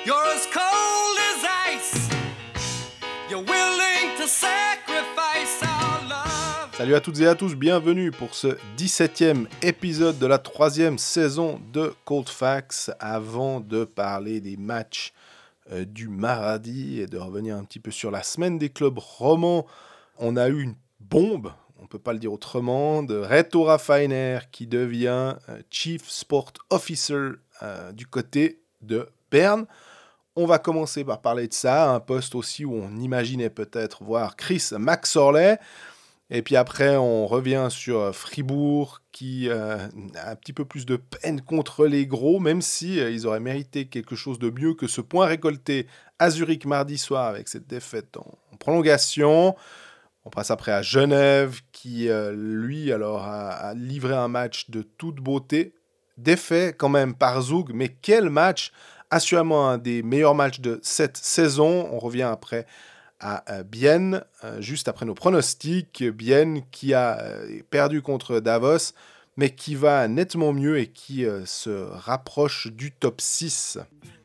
You're as cold as ice. You're willing to sacrifice our love. Salut à toutes et à tous, bienvenue pour ce 17e épisode de la 3e saison de Cold Facts. Avant de parler des matchs du mardi et de revenir un petit peu sur la semaine des clubs romans, on a eu une bombe, on ne peut pas le dire autrement, de Reto Raffainer qui devient Chief Sport Officer du côté de Berne. On va commencer par parler de ça, un poste aussi où on imaginait peut-être voir Chris McSorley. Et puis après, on revient sur Fribourg qui a un petit peu plus de peine contre les gros, même si ils auraient mérité quelque chose de mieux que ce point récolté à Zurich mardi soir avec cette défaite en prolongation. On passe après à Genève qui, lui, alors a livré un match de toute beauté. Défait quand même par Zug, mais quel match! Assurément un des meilleurs matchs de cette saison. On revient après à Bienne, juste après nos pronostics. Bienne qui a perdu contre Davos, mais qui va nettement mieux et qui se rapproche du top 6.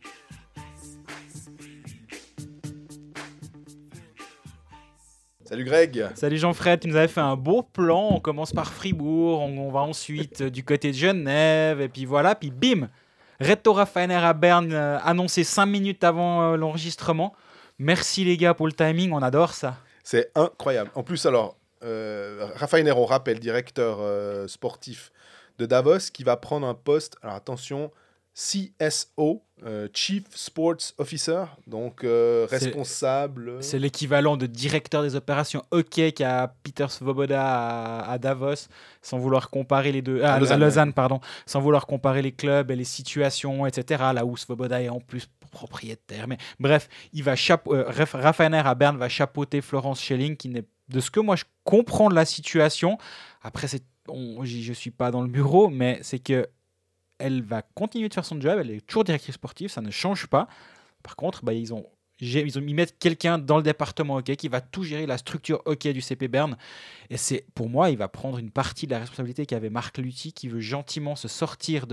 Salut Greg. Salut Jean-Fred, tu nous avais fait un beau plan. On commence par Fribourg, on va ensuite du côté de Genève, et puis voilà, puis bim, Reto Raffainer à Berne, annoncé 5 minutes avant l'enregistrement. Merci les gars pour le timing, on adore ça. C'est incroyable. En plus, alors, Raffainer, on rappelle, directeur sportif de Davos, qui va prendre un poste, alors attention, CSO, Chief Sports Officer, donc responsable. C'est l'équivalent de directeur des opérations hockey qu'a Peter Svoboda à Davos, sans vouloir comparer les deux. À Lausanne, pardon, sans vouloir comparer les clubs et les situations, etc. Là où Svoboda est en plus propriétaire. Mais bref, Raffainer à Berne va chapeauter Florence Schelling, qui n'est, de ce que moi je comprends de la situation. Après, je suis pas dans le bureau, mais c'est que elle va continuer de faire son job, elle est toujours directrice sportive, ça ne change pas. Par contre, ils mettent quelqu'un dans le département hockey qui va tout gérer la structure hockey du CP Berne. Et c'est, pour moi, il va prendre une partie de la responsabilité qu'avait Marc Luthi, qui veut gentiment se sortir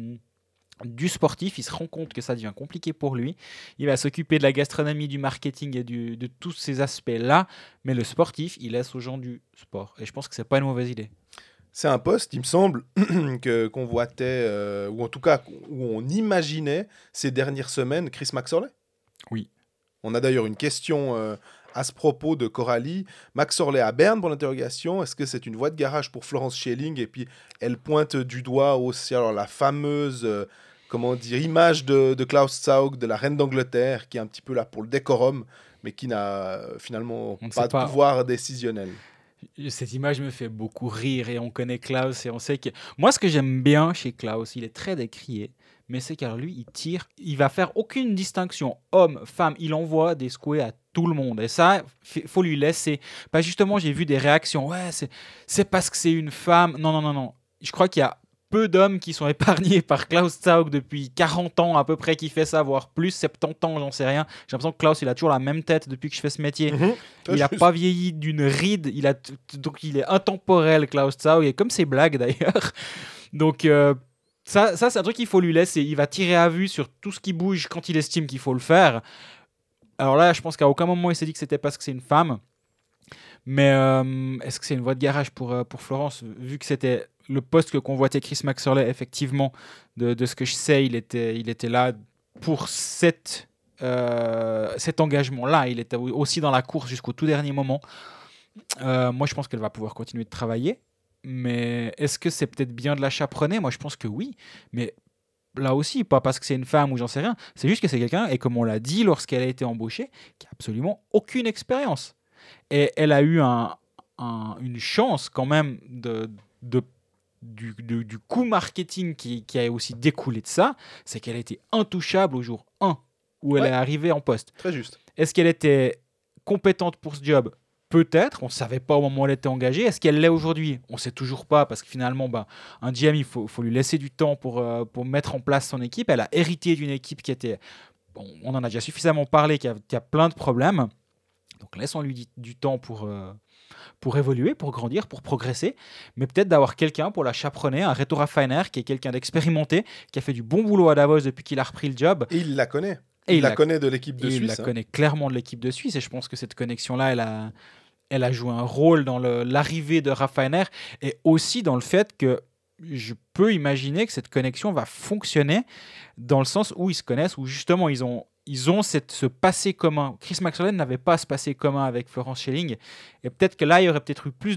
du sportif. Il se rend compte que ça devient compliqué pour lui. Il va s'occuper de la gastronomie, du marketing et de tous ces aspects-là. Mais le sportif, il laisse aux gens du sport. Et je pense que c'est pas une mauvaise idée. C'est un poste, il me semble, que convoitait, ou en tout cas où on imaginait ces dernières semaines Chris McSorley. Oui. On a d'ailleurs une question à ce propos de Coralie. McSorley à Berne, pour l'interrogation. Est-ce que c'est une voie de garage pour Florence Schelling? Et puis elle pointe du doigt aussi alors, la fameuse image de Klaus Zaug, de la reine d'Angleterre, qui est un petit peu là pour le décorum, mais qui n'a finalement pas de pouvoir décisionnel. Cette image me fait beaucoup rire et on connaît Klaus et on sait que... Moi, ce que j'aime bien chez Klaus, il est très décrié, mais c'est car lui, il tire, il va faire aucune distinction homme, femme, il envoie des secoués à tout le monde et ça, faut lui laisser. Pas justement, j'ai vu des réactions, ouais, c'est parce que c'est une femme. Non. Je crois qu'il y a peu d'hommes qui sont épargnés par Klaus Zaug depuis 40 ans à peu près, qui fait ça, voire plus, 70 ans, j'en sais rien. J'ai l'impression que Klaus, il a toujours la même tête depuis que je fais ce métier. Il n'a pas vieilli d'une ride, donc il est intemporel, Klaus Zaug, et comme ses blagues d'ailleurs. Donc ça, c'est un truc qu'il faut lui laisser. Il va tirer à vue sur tout ce qui bouge quand il estime qu'il faut le faire. Alors là, je pense qu'à aucun moment il s'est dit que c'était parce que c'est une femme. Mais est-ce que c'est une voie de garage pour Florence, vu que c'était le poste que convoitait Chris McSorley, effectivement, de ce que je sais, il était là pour cet engagement-là. Il était aussi dans la course jusqu'au tout dernier moment. Moi, je pense qu'elle va pouvoir continuer de travailler. Mais est-ce que c'est peut-être bien de la chaperonner? Moi, je pense que oui. Mais là aussi, pas parce que c'est une femme ou j'en sais rien. C'est juste que c'est quelqu'un, et comme on l'a dit lorsqu'elle a été embauchée, qui n'a absolument aucune expérience. Et elle a eu une chance quand même du coup marketing qui a aussi découlé de ça, c'est qu'elle était intouchable au jour 1 où elle est arrivée en poste. Très juste. Est-ce qu'elle était compétente pour ce job? Peut-être, on ne savait pas au moment où elle était engagée. Est-ce qu'elle l'est aujourd'hui? On ne sait toujours pas, parce que finalement, un GM, il faut lui laisser du temps pour mettre en place son équipe. Elle a hérité d'une équipe qui était... Bon, on en a déjà suffisamment parlé, qui a plein de problèmes. Donc laissons-lui du temps pour évoluer, pour grandir, pour progresser, mais peut-être d'avoir quelqu'un pour la chaperonner, un Reto Raffainer qui est quelqu'un d'expérimenté, qui a fait du bon boulot à Davos depuis qu'il a repris le job. Et il la connaît. Et il la connaît de l'équipe de il Suisse. la connaît clairement de l'équipe de Suisse. Et je pense que cette connexion-là, elle a joué un rôle dans l'arrivée de Rafaener et aussi dans le fait que je peux imaginer que cette connexion va fonctionner dans le sens où ils se connaissent, où justement ils ont ce passé commun. Chris McSorley n'avait pas ce passé commun avec Florence Schelling. Et peut-être que là, il y aurait peut-être eu plus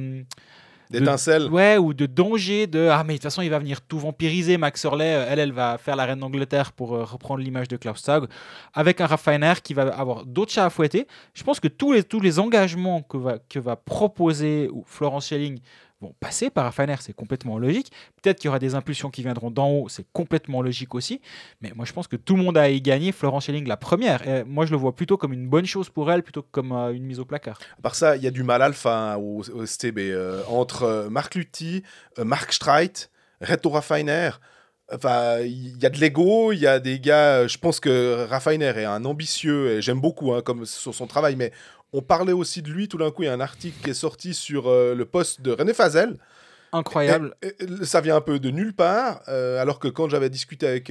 d'étincelles. Ouais, ou de danger de ah, mais de toute façon, il va venir tout vampiriser. Max Orley, elle va faire la reine d'Angleterre pour reprendre l'image de Klaus Tag. Avec un Rafaener qui va avoir d'autres chats à fouetter. Je pense que tous les engagements que va proposer Florence Schelling vont passer par Rafaener, c'est complètement logique. Peut-être qu'il y aura des impulsions qui viendront d'en haut, c'est complètement logique aussi. Mais moi, je pense que tout le monde a à y gagner. Florence Schelling, la première. Et moi, je le vois plutôt comme une bonne chose pour elle, plutôt que comme une mise au placard. Par ça, il y a du mal alpha au STB. Entre Marc Lutti, Marc Streit, Reto Rafaener. Enfin, il y a de l'ego, il y a des gars. Je pense que Rafaener est un ambitieux, et j'aime beaucoup comme sur son travail, mais on parlait aussi de lui. Tout d'un coup, il y a un article qui est sorti sur le poste de René Fazel. Incroyable. Et ça vient un peu de nulle part, alors que quand j'avais discuté avec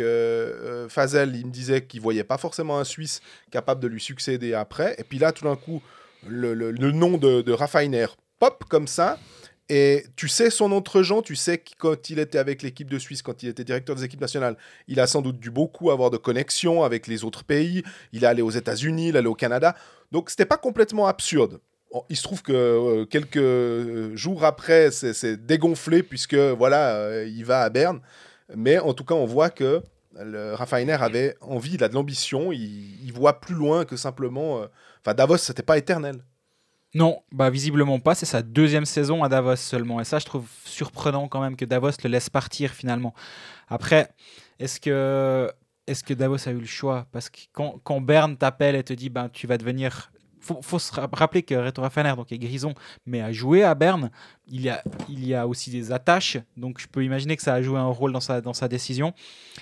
Fazel, il me disait qu'il voyait pas forcément un Suisse capable de lui succéder après. Et puis là, tout d'un coup, le nom de Rafaener pop comme ça. Et tu sais son entre-gens, tu sais que quand il était avec l'équipe de Suisse, quand il était directeur des équipes nationales, il a sans doute dû beaucoup avoir de connexions avec les autres pays. Il est allé aux États-Unis, il est allé au Canada. Donc, c'était pas complètement absurde. Il se trouve que quelques jours après, c'est dégonflé puisque voilà, il va à Berne. Mais en tout cas, on voit que Rafaener avait envie, il a de l'ambition, il voit plus loin que simplement. Enfin, Davos, c'était pas éternel. Non, bah visiblement pas. C'est sa deuxième saison à Davos seulement. Et ça, je trouve surprenant quand même que Davos le laisse partir finalement. Après, est-ce que Davos a eu le choix? Parce que quand Berne t'appelle et te dit ben, tu vas devenir... Faut se rappeler que Reto Rafaener donc, est grison, mais a joué à Berne. Il y a aussi des attaches. Donc je peux imaginer que ça a joué un rôle dans sa décision.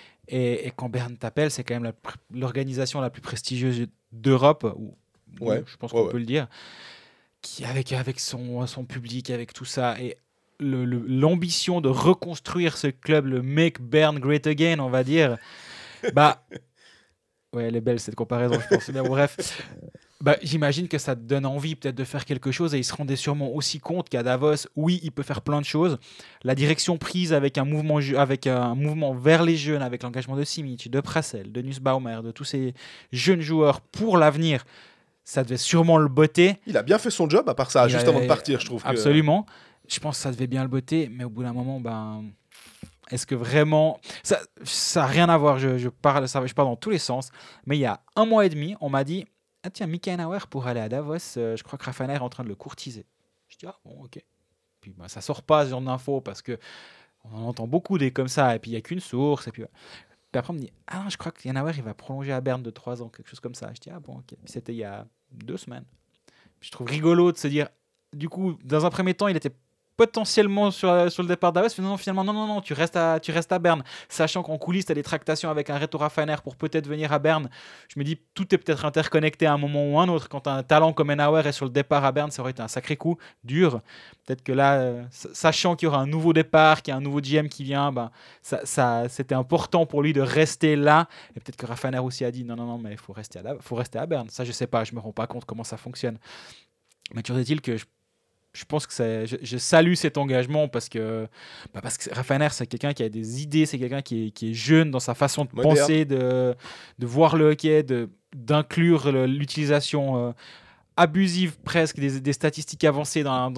Et quand Berne t'appelle, c'est quand même l'organisation la plus prestigieuse d'Europe. Ouais, je pense qu'on peut le dire. Qui avec son public, avec tout ça, et l'ambition de reconstruire ce club, le Make Bern Great Again, on va dire, bah, ouais, elle est belle cette comparaison, je pense, mais bon, bref, bah, j'imagine que ça te donne envie peut-être de faire quelque chose, et il se rendait sûrement aussi compte qu'à Davos, oui, il peut faire plein de choses, la direction prise avec un mouvement vers les jeunes, avec l'engagement de Simic, de Prassel, de Nussbaumer, de tous ces jeunes joueurs pour l'avenir, ça devait sûrement le botter. Il a bien fait son job, à part ça, juste avant de partir, je trouve. Absolument. Je pense que ça devait bien le botter, mais au bout d'un moment, ben, est-ce que vraiment... Ça n'a rien à voir, je parle dans tous les sens, mais il y a 1 mois et demi, on m'a dit « Ah tiens, Mika Nauer pour aller à Davos, je crois que Rafaener est en train de le courtiser. » Je dis « Ah bon, ok. » Puis ben, ça sort pas ce genre d'infos, parce qu'on en entend beaucoup des comme ça, et puis il n'y a qu'une source, et puis... Puis après, on me dit « Ah non, je crois que Nauer, il va prolonger à Berne de 3 ans, quelque chose comme ça. » Je dis « Ah bon, ok. » Puis c'était il y a 2 semaines. Puis je trouve rigolo de se dire, du coup, dans un premier temps, il était potentiellement sur le départ d'Avos, mais finalement, non, tu restes à Berne. Sachant qu'en coulisses, tu as des tractations avec un Reto Rafaener pour peut-être venir à Berne. Je me dis, tout est peut-être interconnecté à un moment ou un autre. Quand un talent comme Nauer est sur le départ à Berne, ça aurait été un sacré coup, dur. Peut-être que là, sachant qu'il y aura un nouveau départ, qu'il y a un nouveau GM qui vient, ben, c'était important pour lui de rester là. Et peut-être que Rafaener aussi a dit, non, mais il faut rester à Berne. Ça, je sais pas, je me rends pas compte comment ça fonctionne. Mais toujours est-il que je pense que je salue cet engagement parce que Rafaener, c'est quelqu'un qui a des idées, c'est quelqu'un qui est jeune dans sa façon de penser, de voir le hockey, d'inclure l'utilisation abusive presque des statistiques avancées dans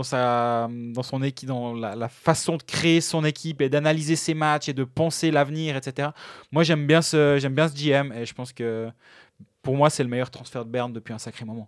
son équipe, dans la façon de créer son équipe et d'analyser ses matchs et de penser l'avenir, etc. Moi, j'aime bien ce GM et je pense que pour moi, c'est le meilleur transfert de Berne depuis un sacré moment.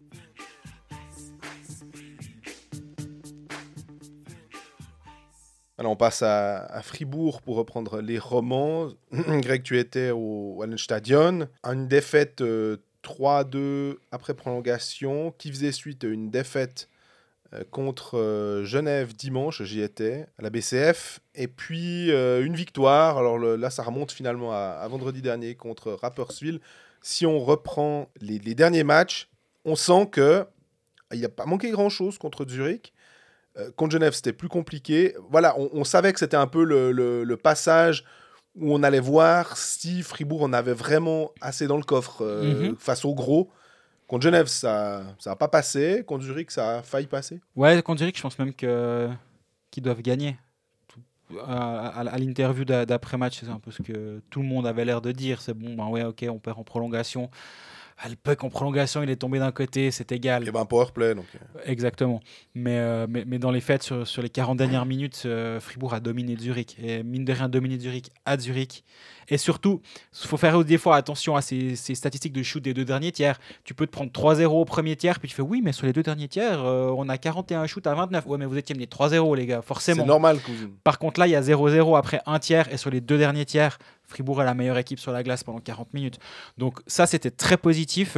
Alors on passe à Fribourg pour reprendre les romans. Greg, tu étais au Wahlenstadion. Une défaite 3-2 après prolongation qui faisait suite à une défaite contre Genève dimanche, j'y étais, à la BCF. Et puis une victoire, alors là ça remonte finalement à vendredi dernier contre Rapperswil. Si on reprend les derniers matchs, on sent qu'il n'a pas manqué grand-chose contre Zurich. Contre Genève, c'était plus compliqué. Voilà, on savait que c'était un peu le passage où on allait voir si Fribourg en avait vraiment assez dans le coffre face aux gros. Contre Genève, ça n'a pas passé. Contre Zurich, ça a failli passer. Ouais, contre Zurich, je pense même qu'ils doivent gagner. À l'interview d'après-match, c'est un peu ce que tout le monde avait l'air de dire. C'est bon, ben ouais, ok, on perd en prolongation. Le puck en prolongation, il est tombé d'un côté, c'est égal. Et ben powerplay. Donc. Exactement. Mais dans les faits, sur les 40 dernières minutes, Fribourg a dominé Zurich. Et mine de rien, dominé Zurich à Zurich. Et surtout, il faut faire des fois attention à ces statistiques de shoot des 2 derniers tiers. Tu peux te prendre 3-0 au premier tiers, puis tu fais oui, mais sur les 2 derniers tiers, on a 41 shoots à 29. Ouais, mais vous étiez mené 3-0, les gars, forcément. C'est normal, cousine. Par contre, là, il y a 0-0 après un tiers, et sur les 2 derniers tiers, Fribourg est la meilleure équipe sur la glace pendant 40 minutes. Donc ça, c'était très positif.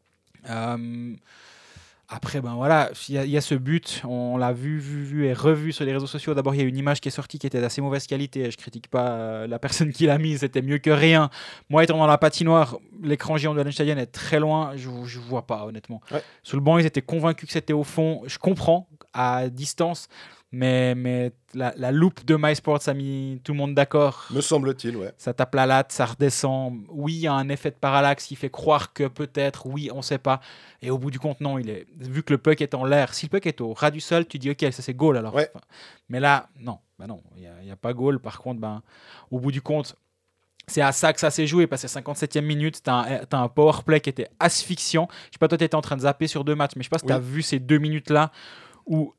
Après, ben voilà, il y a ce but, on l'a vu et revu sur les réseaux sociaux. D'abord, il y a une image qui est sortie qui était d'assez mauvaise qualité. Je critique pas la personne qui l'a mise, c'était mieux que rien. Moi, étant dans la patinoire, l'écran géant de Stadion est très loin, je vois pas, honnêtement. Ouais. Sur le banc, ils étaient convaincus que c'était au fond. Je comprends, à distance, mais la loupe de MySports a mis tout le monde d'accord. Me semble-t-il, ouais. Ça tape la latte, ça redescend. Oui, il y a un effet de parallaxe qui fait croire que peut-être, oui, on ne sait pas. Et au bout du compte, non, vu que le puck est en l'air, si le puck est au ras du sol, tu dis ok, ça c'est goal alors. Ouais. Enfin, mais là, non, il n'y a pas goal. Par contre, au bout du compte, c'est à ça que ça s'est joué, parce que 57e minute, tu as un power play qui était asphyxiant. Je sais pas, toi, tu étais en train de zapper sur 2 matchs, mais je sais pas si tu as vu ces 2 minutes-là où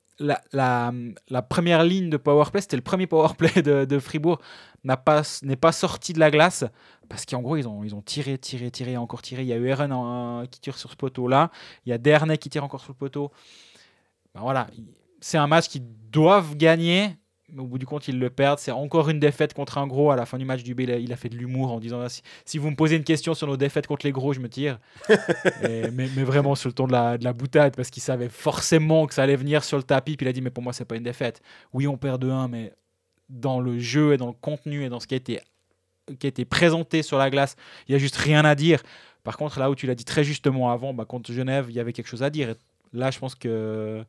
la première ligne de powerplay, c'était le premier powerplay de Fribourg, n'est pas sorti de la glace, parce qu'en gros, ils ont tiré, encore tiré. Il y a eu Eren qui tire sur ce poteau-là, il y a Dernay qui tire encore sur le poteau. Ben voilà, c'est un match qu'ils doivent gagner, mais au bout du compte, ils le perdent. C'est encore une défaite contre un gros. À la fin du match, Dubé, il a fait de l'humour en disant si vous me posez une question sur nos défaites contre les gros, je me tire. mais vraiment sur le ton de la boutade, parce qu'il savait forcément que ça allait venir sur le tapis. Puis il a dit mais pour moi, c'est pas une défaite. Oui, on perd 2-1, mais dans le jeu et dans le contenu et dans ce qui a été présenté sur la glace, il y a juste rien à dire. Par contre, là où tu l'as dit très justement avant, contre Genève, il y avait quelque chose à dire. Et là, je pense que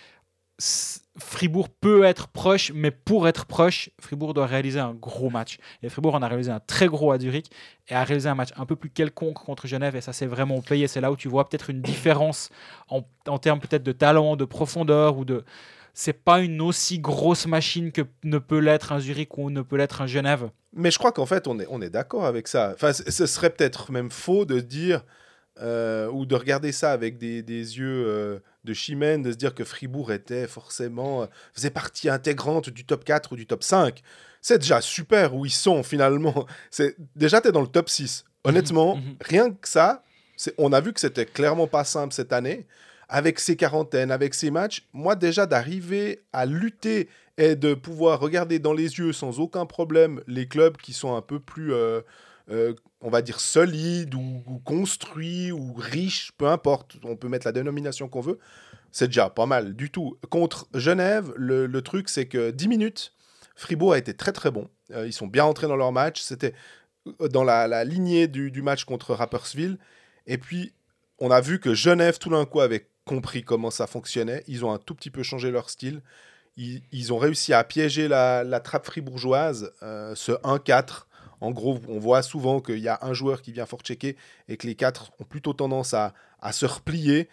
Fribourg peut être proche, mais pour être proche, Fribourg doit réaliser un gros match. Et Fribourg en a réalisé un très gros à Zurich et a réalisé un match un peu plus quelconque contre Genève, et ça s'est vraiment payé. C'est là où tu vois peut-être une différence en termes peut-être de talent, de profondeur, ou de... C'est pas une aussi grosse machine que ne peut l'être un Zurich ou ne peut l'être un Genève. Mais je crois qu'en fait, on est d'accord avec ça. Enfin, ce serait peut-être même faux de dire... ou de regarder ça avec des yeux de chimène, de se dire que Fribourg était forcément faisait partie intégrante du top 4 ou du top 5. C'est déjà super où ils sont finalement. Déjà, tu es dans le top 6. Honnêtement, rien que ça, on a vu que c'était clairement pas simple cette année. Avec ces quarantaines, avec ces matchs, moi déjà d'arriver à lutter et de pouvoir regarder dans les yeux sans aucun problème les clubs qui sont un peu plus... on va dire solide ou construit ou riche, peu importe, on peut mettre la dénomination qu'on veut, c'est déjà pas mal du tout. Contre Genève, le truc c'est que 10 minutes, Fribourg a été très très bon, ils sont bien entrés dans leur match, c'était dans la lignée du match contre Rapperswil, et puis on a vu que Genève tout d'un coup avait compris comment ça fonctionnait, ils ont un tout petit peu changé leur style, ils ont réussi à piéger la trappe fribourgeoise, ce 1-4. En gros, on voit souvent qu'il y a un joueur qui vient fort-checker et que les 4 ont plutôt tendance à se replier.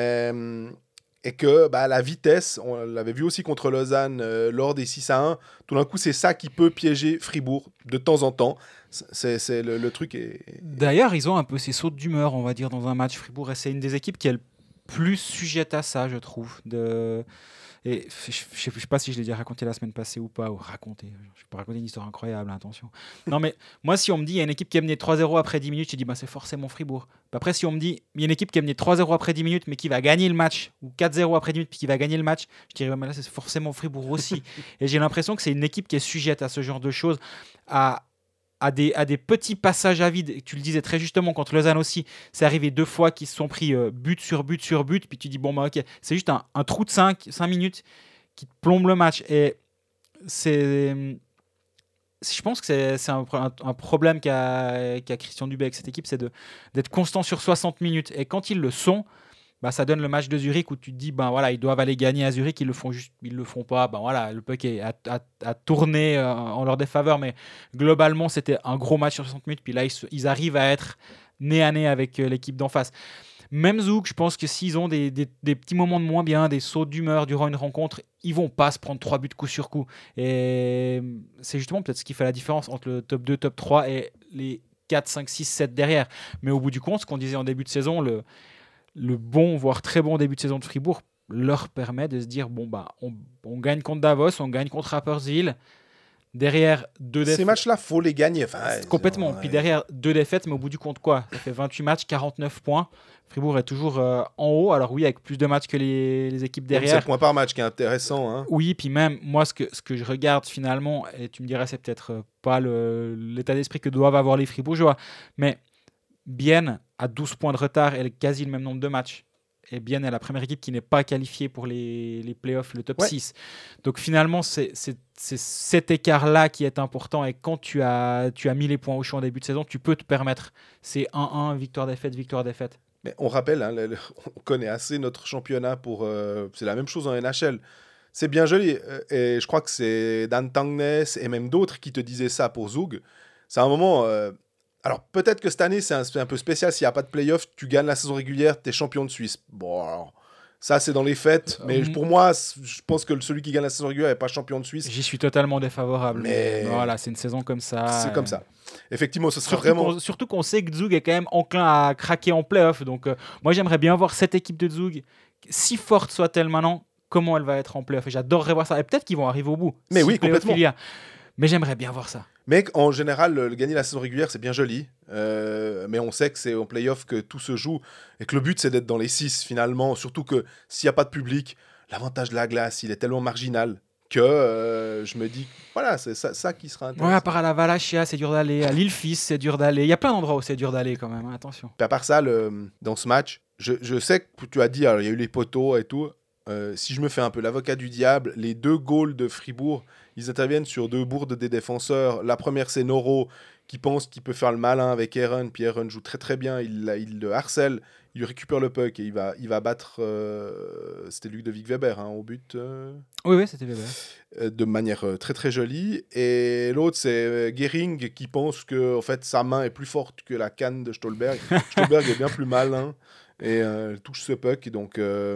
Et que la vitesse, on l'avait vu aussi contre Lausanne lors des 6-1, tout d'un coup, c'est ça qui peut piéger Fribourg de temps en temps. C'est le truc. D'ailleurs, ils ont un peu ces sautes d'humeur, on va dire, dans un match Fribourg. Et c'est une des équipes qui est le plus sujette à ça, je trouve. Et je ne sais pas si je l'ai déjà raconté la semaine passée ou pas, je peux raconter une histoire incroyable, attention. Non, mais moi, si on me dit il y a une équipe qui est menée 3-0 après 10 minutes, je dis c'est forcément Fribourg. Après, si on me dit il y a une équipe qui est menée 3-0 après 10 minutes mais qui va gagner le match, ou 4-0 après 10 minutes puis qui va gagner le match, je dirais mais là c'est forcément Fribourg aussi. Et j'ai l'impression que c'est une équipe qui est sujette à ce genre de choses, à des petits passages à vide. Tu le disais très justement contre Lausanne aussi, c'est arrivé 2 fois qu'ils se sont pris but sur but sur but, puis tu dis ok, c'est juste un trou de 5 minutes qui te plombe le match. Et je pense que c'est un problème qu'a Christian Dubé avec cette équipe, c'est d'être constant sur 60 minutes. Et quand ils le sont, ça donne le match de Zurich où tu te dis, ils doivent aller gagner à Zurich, ils le font pas. Le puck a tourné en leur défaveur, mais globalement, c'était un gros match sur 60 minutes. Puis là, ils arrivent à être nez à nez avec l'équipe d'en face. Même Zug, je pense que s'ils ont des petits moments de moins bien, des sauts d'humeur durant une rencontre, ils vont pas se prendre 3 buts coup sur coup. Et c'est justement peut-être ce qui fait la différence entre le top 2, top 3 et les 4, 5, 6, 7 derrière. Mais au bout du compte, ce qu'on disait en début de saison, le bon, voire très bon début de saison de Fribourg leur permet de se dire, on gagne contre Davos, on gagne contre Rapperswil. Derrière, 2 défaites. Ces matchs-là, faut les gagner. Complètement. Puis derrière, 2 défaites, mais au bout du compte, quoi ? Ça fait 28 matchs, 49 points. Fribourg est toujours en haut. Alors oui, avec plus de matchs que les équipes derrière. C'est le point par match qui est intéressant. Hein. Oui, puis même, moi, ce que je regarde finalement, et tu me diras, c'est peut-être pas l'état d'esprit que doivent avoir les Fribourgeois, mais Bienne a 12 points de retard et quasi le même nombre de matchs. Et Bienne est la première équipe qui n'est pas qualifiée pour les playoffs, le top 6. Donc finalement, c'est cet écart-là qui est important. Et quand tu as mis les points au champ en début de saison, tu peux te permettre ces 1-1, victoire-défaite, victoire-défaite. Mais on rappelle, on connaît assez notre championnat pour... c'est la même chose en NHL. C'est bien joli. Et je crois que c'est Dan Tangnes et même d'autres qui te disaient ça pour Zug. C'est un moment... alors, peut-être que cette année, c'est un peu spécial. S'il n'y a pas de play-off, tu gagnes la saison régulière, tu es champion de Suisse. Bon, alors, ça, c'est dans les fêtes. Mais pour moi, je pense que celui qui gagne la saison régulière n'est pas champion de Suisse. J'y suis totalement défavorable. Mais voilà, c'est une saison comme ça. C'est comme ça. Effectivement, ce sera vraiment... Surtout qu'on sait que Zug est quand même enclin à craquer en play-off. Donc, moi, j'aimerais bien voir cette équipe de Zug, si forte soit-elle maintenant, comment elle va être en play-off. Et j'adorerais voir ça. Et peut-être qu'ils vont arriver au bout. Mais oui, complètement. Mais j'aimerais bien voir ça. Mais en général, gagner la saison régulière, c'est bien joli. Mais on sait que c'est en play-off que tout se joue. Et que le but, c'est d'être dans les 6 finalement. Surtout que s'il n'y a pas de public, l'avantage de la glace, il est tellement marginal que je me dis, voilà, c'est ça qui sera intéressant. Ouais, à part à la Valachia, c'est dur d'aller. À l'Île-Fils, c'est dur d'aller. Il y a plein d'endroits où c'est dur d'aller quand même, hein, attention. Puis à part ça, dans ce match, je sais que tu as dit, alors, il y a eu les poteaux et tout. Si je me fais un peu l'avocat du diable, les 2 goals de Fribourg, ils interviennent sur 2 bourdes des défenseurs. La première, c'est Noro qui pense qu'il peut faire le malin avec Aaron. Puis Aaron joue très très bien. Il le harcèle, il lui récupère le puck et il va battre. C'était Ludovic Weber au but. Oui, c'était Weber. De manière très très jolie. Et l'autre, c'est Gehring qui pense que en fait, sa main est plus forte que la canne de Stolberg. Stolberg est bien plus malin et touche ce puck. Donc,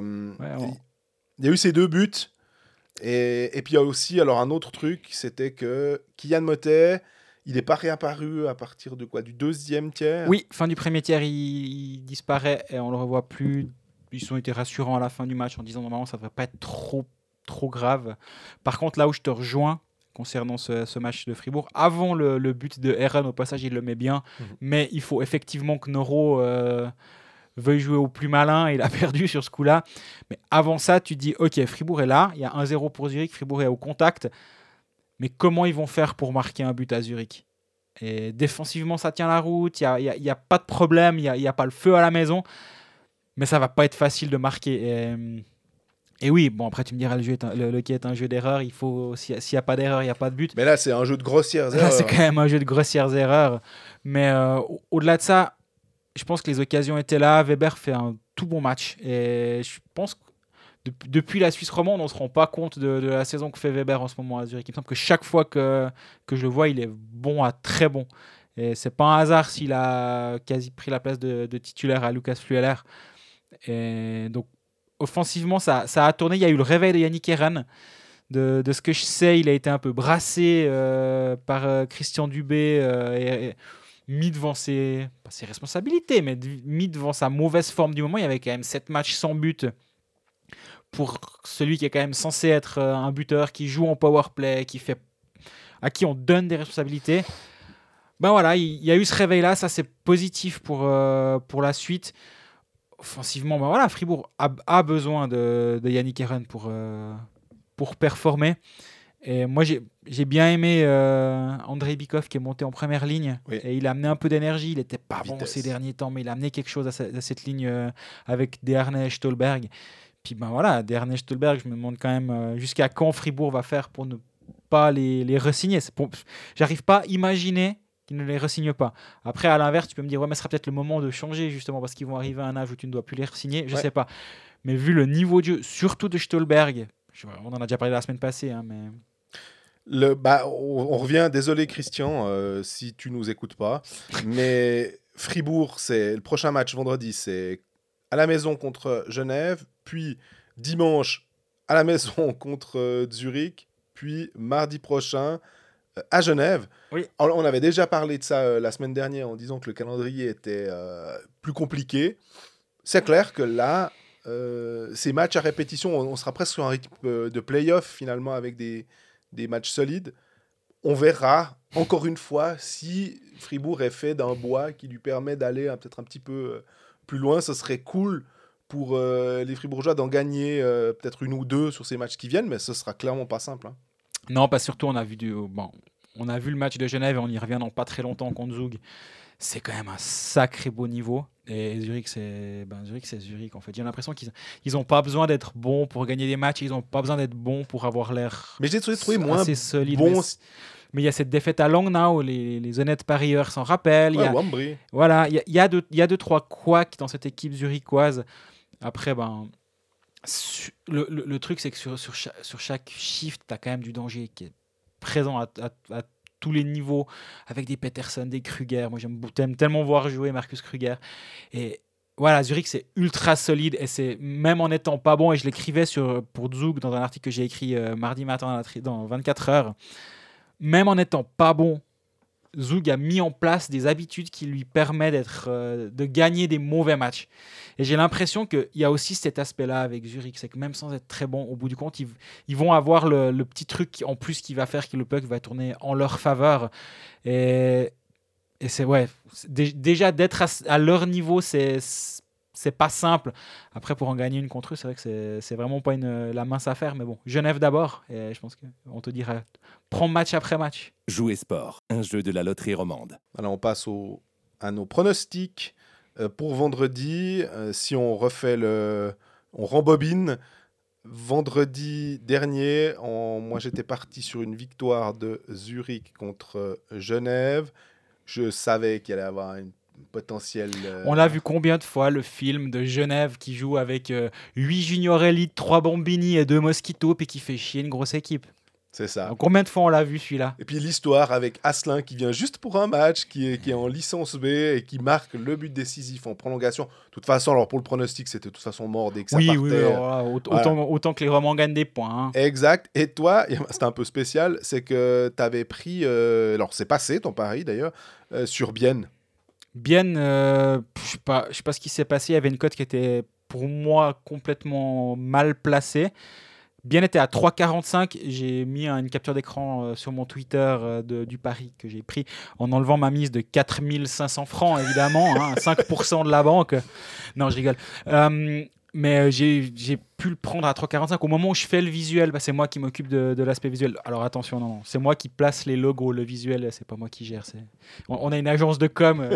il y a eu ces 2 buts. Et puis il y a aussi alors un autre truc, c'était que Kylian Motet, il n'est pas réapparu à partir de quoi, du 2e tiers. Oui, fin du premier tiers, il disparaît et on le revoit plus. Ils ont été rassurants à la fin du match en disant normalement ça ne devrait pas être trop grave. Par contre, là où je te rejoins concernant ce match de Fribourg, avant le but de Aaron, au passage il le met bien, mais il faut effectivement que Noro veuille jouer au plus malin, il a perdu sur ce coup-là. Mais avant ça, tu te dis, ok, Fribourg est là, il y a 1-0 pour Zurich, Fribourg est au contact, mais comment ils vont faire pour marquer un but à Zurich ? Et défensivement, ça tient la route, il n'y a pas de problème, il n'y a pas le feu à la maison, mais ça ne va pas être facile de marquer. Et oui, bon, après tu me diras, le hockey est un jeu d'erreur, il faut, s'il n'y a pas d'erreur, il n'y a pas de but. Mais là, c'est un jeu de grossières erreurs. Là, c'est quand même un jeu de grossières erreurs. Mais au-delà de ça, je pense que les occasions étaient là. Weber fait un tout bon match. Et je pense que depuis la Suisse romande, on ne se rend pas compte de la saison que fait Weber en ce moment à Zurich. Il me semble que chaque fois que je le vois, il est bon à très bon. Et ce n'est pas un hasard s'il a quasi pris la place de titulaire à Lucas Flueller. Et donc, offensivement, ça a tourné. Il y a eu le réveil de Yannick Eren. De ce que je sais, il a été un peu brassé par Christian Dubé et mis devant pas ses responsabilités, mais mis devant sa mauvaise forme du moment. Il y avait quand même 7 matchs sans but pour celui qui est quand même censé être un buteur, qui joue en powerplay, à qui on donne des responsabilités. Ben voilà, il y a eu ce réveil-là, ça c'est positif pour la suite. Offensivement, ben voilà, Fribourg a besoin de Yannick Eren pour performer. Et moi, j'ai bien aimé Andrei Bikov qui est monté en première ligne. Oui. Et il a amené un peu d'énergie. Il n'était pas Vitesse. bon ces derniers temps, mais il a amené quelque chose à cette ligne avec Desharnais et Stolberg. Puis ben voilà, Desharnais et Stolberg, je me demande quand même jusqu'à quand Fribourg va faire pour ne pas les re-signer. J'arrive pas à imaginer qu'ils ne les re-signent pas. Après, à l'inverse, tu peux me dire, ouais, mais ce sera peut-être le moment de changer, justement, parce qu'ils vont arriver à un âge où tu ne dois plus les re-signer. Je sais pas. Mais vu le niveau de jeu, surtout de Stolberg, on en a déjà parlé la semaine passée, hein, mais... On revient, désolé Christian, si tu nous écoutes pas, mais Fribourg, c'est le prochain match vendredi, c'est à la maison contre Genève, puis dimanche à la maison contre Zurich, puis mardi prochain à Genève. Oui. On avait déjà parlé de ça la semaine dernière en disant que le calendrier était plus compliqué. C'est clair que là, ces matchs à répétition, on sera presque sur un rythme de play-off finalement avec des matchs solides. On verra encore une fois si Fribourg est fait d'un bois qui lui permet d'aller peut-être un petit peu plus loin. Ce serait cool pour les Fribourgeois d'en gagner peut-être une ou deux sur ces matchs qui viennent, mais ce sera clairement pas simple. Hein. Non, parce que surtout, on a vu le match de Genève et on y revient dans pas très longtemps contre Zug. C'est quand même un sacré beau niveau. Et Zurich, c'est Zurich en fait. J'ai l'impression qu'ils n'ont pas besoin d'être bons pour gagner des matchs. Ils n'ont pas besoin d'être bons pour avoir l'air mais j'ai trouvé moins assez solide. Bon. Mais il y a cette défaite à Langnau, les honnêtes parieurs s'en rappellent. Ouais, Wambry. Voilà, il y a deux, trois couacs dans cette équipe zurichoise. Après, le truc, c'est que sur chaque shift, tu as quand même du danger qui est présent à tous les niveaux, avec des Peterson, des Kruger. Moi, j'aime tellement voir jouer Marcus Kruger. Et voilà, Zurich, c'est ultra solide. Et c'est, même en étant pas bon, et je l'écrivais pour Zug dans un article que j'ai écrit mardi matin dans 24 heures, même en étant pas bon, Zug a mis en place des habitudes qui lui permettent de gagner des mauvais matchs. Et j'ai l'impression qu'il y a aussi cet aspect-là avec Zurich, c'est que même sans être très bon, au bout du compte, ils vont avoir le petit truc en plus qui va faire que le puck va tourner en leur faveur. Et c'est déjà d'être à leur niveau, c'est pas simple. Après, pour en gagner une contre eux, c'est vrai que c'est vraiment pas la mince affaire. Mais bon, Genève d'abord. Et je pense qu'on te dira, prends match après match. Jouer sport, un jeu de la loterie romande. Alors, on passe à nos pronostics pour vendredi. Si on refait on rembobine. Vendredi dernier, moi j'étais parti sur une victoire de Zurich contre Genève. Je savais qu'il allait y avoir une potentiel. On l'a vu combien de fois, le film de Genève qui joue avec 8 junior élites, 3 Bambini et 2 Mosquito, puis qui fait chier une grosse équipe. C'est ça. Donc, combien de fois on l'a vu celui-là? Et puis l'histoire avec Asselin qui vient juste pour un match, qui est en licence B et qui marque le but décisif en prolongation. De toute façon, alors pour le pronostic, c'était de toute façon mort dès que ça partait. Oui, autant que les Romans gagnent des points. Hein. Exact. Et toi, c'était un peu spécial, c'est que tu avais pris, alors c'est passé ton pari d'ailleurs, sur Bienne. Bienne, je sais pas ce qui s'est passé. Il y avait une cote qui était pour moi complètement mal placée. Bienne était à 3,45. J'ai mis une capture d'écran sur mon Twitter du pari que j'ai pris en enlevant ma mise de 4500 francs, évidemment, 5% de la banque. Non, je rigole. Mais j'ai pu le prendre à 3,45 au moment où je fais le visuel. C'est moi qui m'occupe de l'aspect visuel. Alors attention, non, c'est moi qui place les logos. Le visuel, c'est pas moi qui gère. On a une agence de com.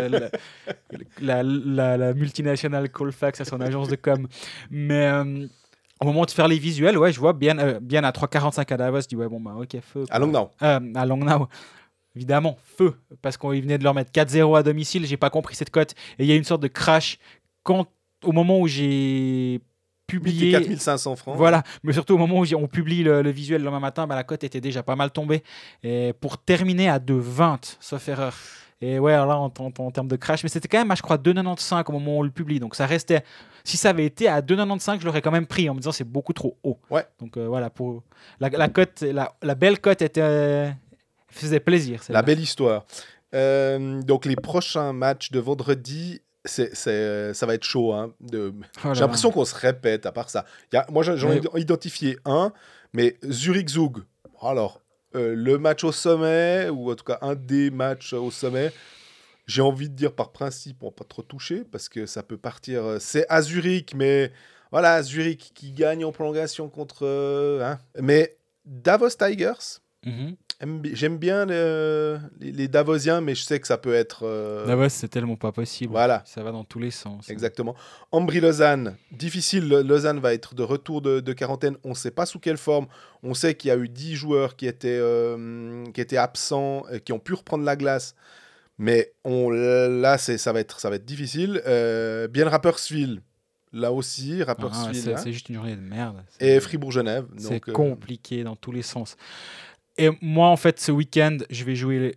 la multinationale Colfax a son agence de com. Mais au moment de faire les visuels, je vois bien à 3,45 à Davos. Je dis ok, feu. À Langnau. À Langnau. Évidemment, feu. Parce qu'on venait de leur mettre 4-0 à domicile. J'ai pas compris cette cote. Et il y a une sorte de crash au moment où j'ai publié 4500 francs. Voilà, mais surtout au moment où on publie le visuel le lendemain matin, la cote était déjà pas mal tombée. Et pour terminer à 2,20, sauf erreur. Et là, en termes de crash, mais c'était quand même, je crois, 2,95 au moment où on le publie. Donc ça restait. Si ça avait été à 2,95, je l'aurais quand même pris en me disant c'est beaucoup trop haut. Ouais. Donc voilà, pour la cote, la belle cote faisait plaisir. La belle histoire. Donc les prochains matchs de vendredi. Ça va être chaud. Hein, j'ai l'impression qu'on se répète à part ça. Moi, j'en ai identifié un, mais Zurich-Zug. Alors, le match au sommet, ou en tout cas un des matchs au sommet, j'ai envie de dire par principe, on ne va pas trop toucher, parce que ça peut partir... c'est à Zurich, mais voilà, Zurich qui gagne en prolongation contre... Mais Davos Tigers... Mm-hmm. J'aime bien les Davosiens, mais je sais que ça peut être... Davos, c'est tellement pas possible. Voilà. Ça va dans tous les sens. Exactement. Ambry-Lausanne, difficile. Lausanne va être de retour de quarantaine. On ne sait pas sous quelle forme. On sait qu'il y a eu 10 joueurs qui étaient absents, qui ont pu reprendre la glace. Mais là, ça va être difficile. Bien Rapperswil, là aussi, Rapperswil. C'est juste une journée de merde. Et Fribourg-Genève. C'est compliqué dans tous les sens. Et moi, en fait, ce week-end, je vais jouer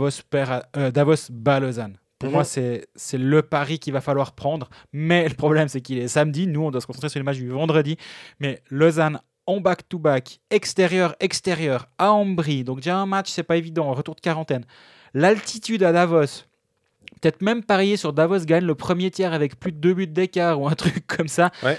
Davos-Bas-Lausanne. Pour moi, c'est le pari qu'il va falloir prendre. Mais le problème, c'est qu'il est samedi. Nous, on doit se concentrer sur les matchs du vendredi. Mais Lausanne en back-to-back, extérieur, à Ambry. Donc déjà un match, c'est pas évident. Retour de quarantaine. L'altitude à Davos. Peut-être même parier sur Davos gagne le premier tiers avec plus de 2 buts d'écart ou un truc comme ça. Ouais.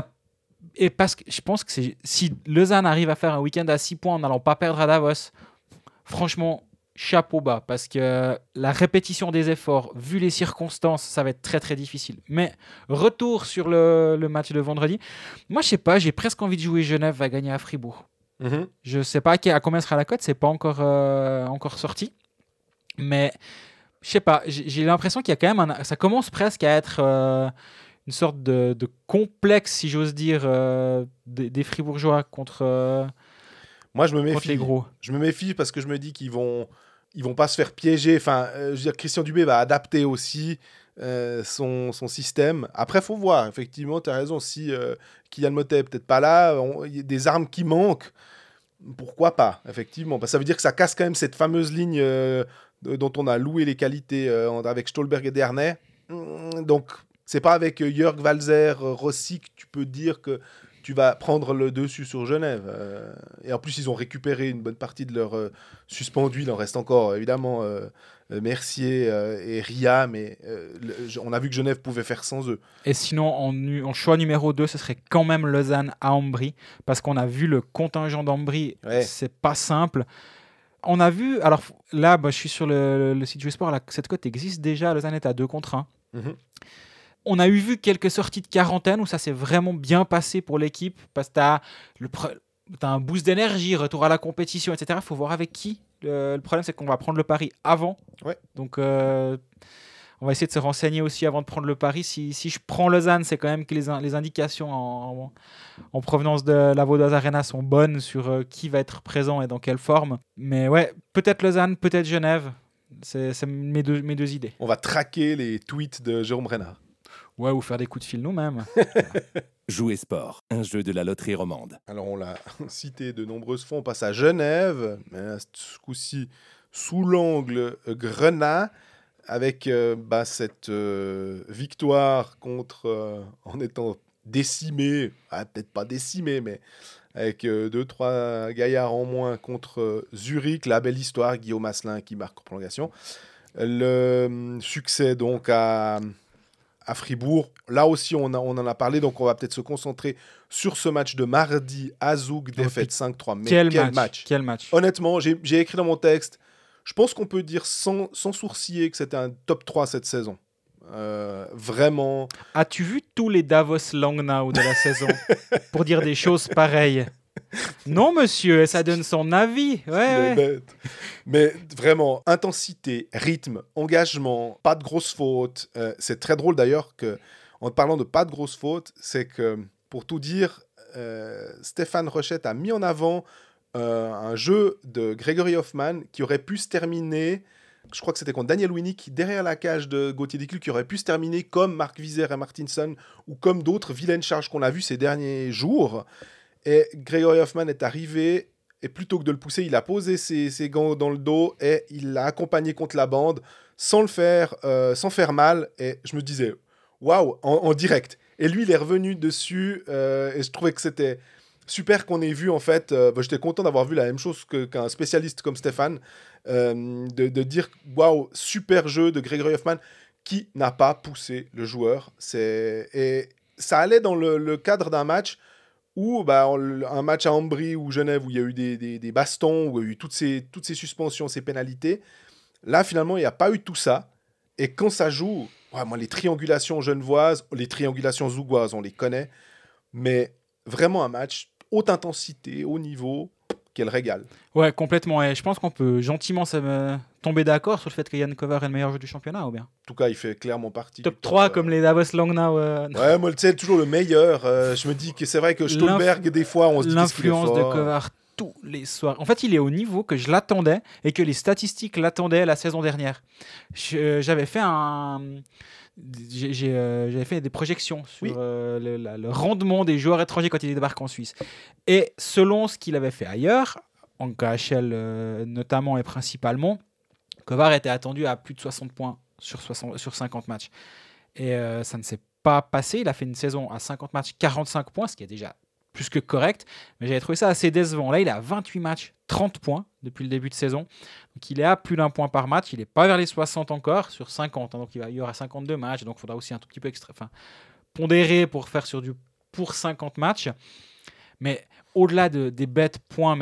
Parce que je pense que si Lausanne arrive à faire un week-end à 6 points en n'allant pas perdre à Davos, franchement, chapeau bas. Parce que la répétition des efforts, vu les circonstances, ça va être très très difficile. Mais retour sur le match de vendredi. Moi, je sais pas, j'ai presque envie de jouer Genève va gagner à Fribourg. Je sais pas à combien sera la cote, c'est pas encore sorti. Mais je sais pas, j'ai l'impression qu'il y a quand même ça commence presque à être une sorte de complexe, si j'ose dire, des Fribourgeois contre Moi, je me méfie. les gros. Je me méfie parce que je me dis qu'ils vont pas se faire piéger. Enfin, je veux dire, Christian Dubé va adapter aussi son système. Après, faut voir. Effectivement, tu as raison. Si Kylian Motet est peut-être pas là, il y a des armes qui manquent. Pourquoi pas, effectivement. Parce que ça veut dire que ça casse quand même cette fameuse ligne dont on a loué les qualités avec Stolberg et Dernay. Donc, c'est pas avec Jörg Walzer, Rossi que tu peux dire que tu vas prendre le dessus sur Genève. Et en plus, ils ont récupéré une bonne partie de leur suspendu. Il en reste encore, évidemment, Mercier et Ria, mais on a vu que Genève pouvait faire sans eux. Et sinon, en choix numéro 2, ce serait quand même Lausanne à Ambry, parce qu'on a vu le contingent d'Ambry, c'est pas simple. On a vu, alors là, je suis sur le site du sport, cette cote existe déjà, Lausanne est à 2 contre 1. On a vu quelques sorties de quarantaine où ça s'est vraiment bien passé pour l'équipe, parce que tu as un boost d'énergie, retour à la compétition, etc. Il faut voir avec qui. Le problème, c'est qu'on va prendre le pari avant. Ouais. Donc, on va essayer de se renseigner aussi avant de prendre le pari. Si je prends Lausanne, c'est quand même que les indications en provenance de la Vaudoise Arena sont bonnes sur qui va être présent et dans quelle forme. Mais ouais, peut-être Lausanne, peut-être Genève. C'est mes deux idées. On va traquer les tweets de Jérôme Renard. Ouais, ou faire des coups de fil nous-mêmes. Jouer sport, un jeu de la loterie romande. Alors, on l'a cité de nombreuses fois. On passe à Genève, mais ce coup-ci sous l'angle Grenat, avec cette victoire contre, en étant décimé, peut-être pas décimé, mais avec 2-3 gaillards en moins contre Zurich. La belle histoire, Guillaume Asselin qui marque en prolongation. Le succès donc à Fribourg. Là aussi, on en a parlé, donc on va peut-être se concentrer sur ce match de mardi à Zoug, défaite 5-3. Mais quel match. Honnêtement, j'ai écrit dans mon texte, je pense qu'on peut dire sans sourciller que c'était un top 3 cette saison. Vraiment. As-tu vu tous les Davos Langnau de la saison pour dire des choses pareilles? Non, monsieur, ça donne son avis. Ouais. Mais vraiment, intensité, rythme, engagement, pas de grosses fautes. C'est très drôle d'ailleurs en parlant de pas de grosses fautes, c'est que, pour tout dire, Stéphane Rochette a mis en avant un jeu de Gregory Hoffman qui aurait pu se terminer, je crois que c'était contre Daniel Winnick, derrière la cage de Gauthier Dicuil, qui aurait pu se terminer comme Marc Vizère et Martinson, ou comme d'autres vilaines charges qu'on a vues ces derniers jours. Et Gregory Hoffman est arrivé, et plutôt que de le pousser, il a posé ses gants dans le dos, et il l'a accompagné contre la bande, sans faire mal. Et je me disais, waouh, en direct. Et lui, il est revenu dessus, et je trouvais que c'était super qu'on ait vu, en fait, j'étais content d'avoir vu la même chose qu'un spécialiste comme Stéphane, de dire, waouh, super jeu de Gregory Hoffman, qui n'a pas poussé le joueur. Et ça allait dans le cadre d'un match où un match à Ambry ou Genève où il y a eu des bastons, où il y a eu toutes ces suspensions, ces pénalités. Là, finalement, il n'y a pas eu tout ça. Et quand ça joue, moi, les triangulations genevoises, les triangulations zougoises, on les connaît. Mais vraiment un match haute intensité, haut niveau, quel régal. Ouais, complètement. Et je pense qu'on peut gentiment tomber d'accord sur le fait que Jan Kovar est le meilleur joueur du championnat, ou bien? En tout cas, il fait clairement partie. Top 3 comme les Davos Langnau. Ouais, moi, tu sais, toujours le meilleur. Je me dis que c'est vrai que Stolberg, des fois, on se dit l'influence de Kovar, les soirs. En fait, il est au niveau que je l'attendais et que les statistiques l'attendaient la saison dernière. J'avais fait j'avais fait des projections sur Oui. le rendement des joueurs étrangers quand il débarque en Suisse. Et selon ce qu'il avait fait ailleurs, en KHL notamment et principalement, Kovar était attendu à plus de 60 points sur 50 matchs. Et ça ne s'est pas passé. Il a fait une saison à 50 matchs, 45 points, ce qui est déjà plus que correct. Mais j'avais trouvé ça assez décevant. Là, il a 28 matchs, 30 points depuis le début de saison. Donc, il est à plus d'un point par match. Il n'est pas vers les 60 encore, sur 50. Hein. Donc, il y aura 52 matchs. Donc, il faudra aussi un tout petit peu pondérer pour faire pour 50 matchs. Mais au-delà des bêtes points,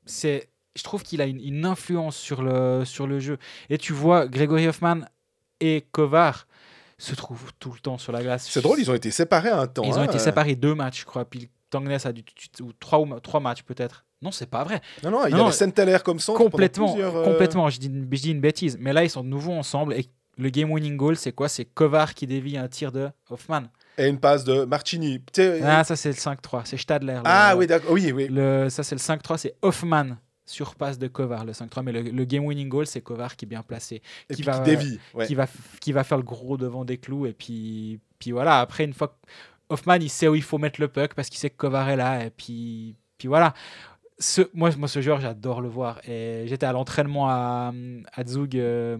je trouve qu'il a une influence sur le jeu. Et tu vois, Gregory Hoffman et Kovar se trouvent tout le temps sur la glace. C'est drôle, ils ont été séparés un temps. Ils ont été séparés 2 matchs, je crois. Puis Tangnes a dû, ou 3 matchs peut-être. Non, c'est pas vrai. Non, il y avait Saint-Hilaire comme centre complètement, pendant plusieurs... complètement. Je dis une bêtise. Mais là, ils sont de nouveau ensemble. Et le game-winning goal, c'est quoi? C'est Kovar qui dévie un tir de Hoffman. Et une passe de Marchini. Ça, c'est le 5-3. C'est Stadler. Oui, d'accord. Oui. Ça, c'est le 5-3. C'est Hoffman sur passe de Kovar, le 5-3. Mais le game-winning goal, c'est Kovar qui est bien placé. Qui dévie. Ouais. Qui va faire le gros devant des clous. Et puis voilà. Après, une fois que Hoffman, il sait où il faut mettre le puck parce qu'il sait que Kovar est là. Et puis voilà. Moi, ce joueur, j'adore le voir. Et j'étais à l'entraînement à Zug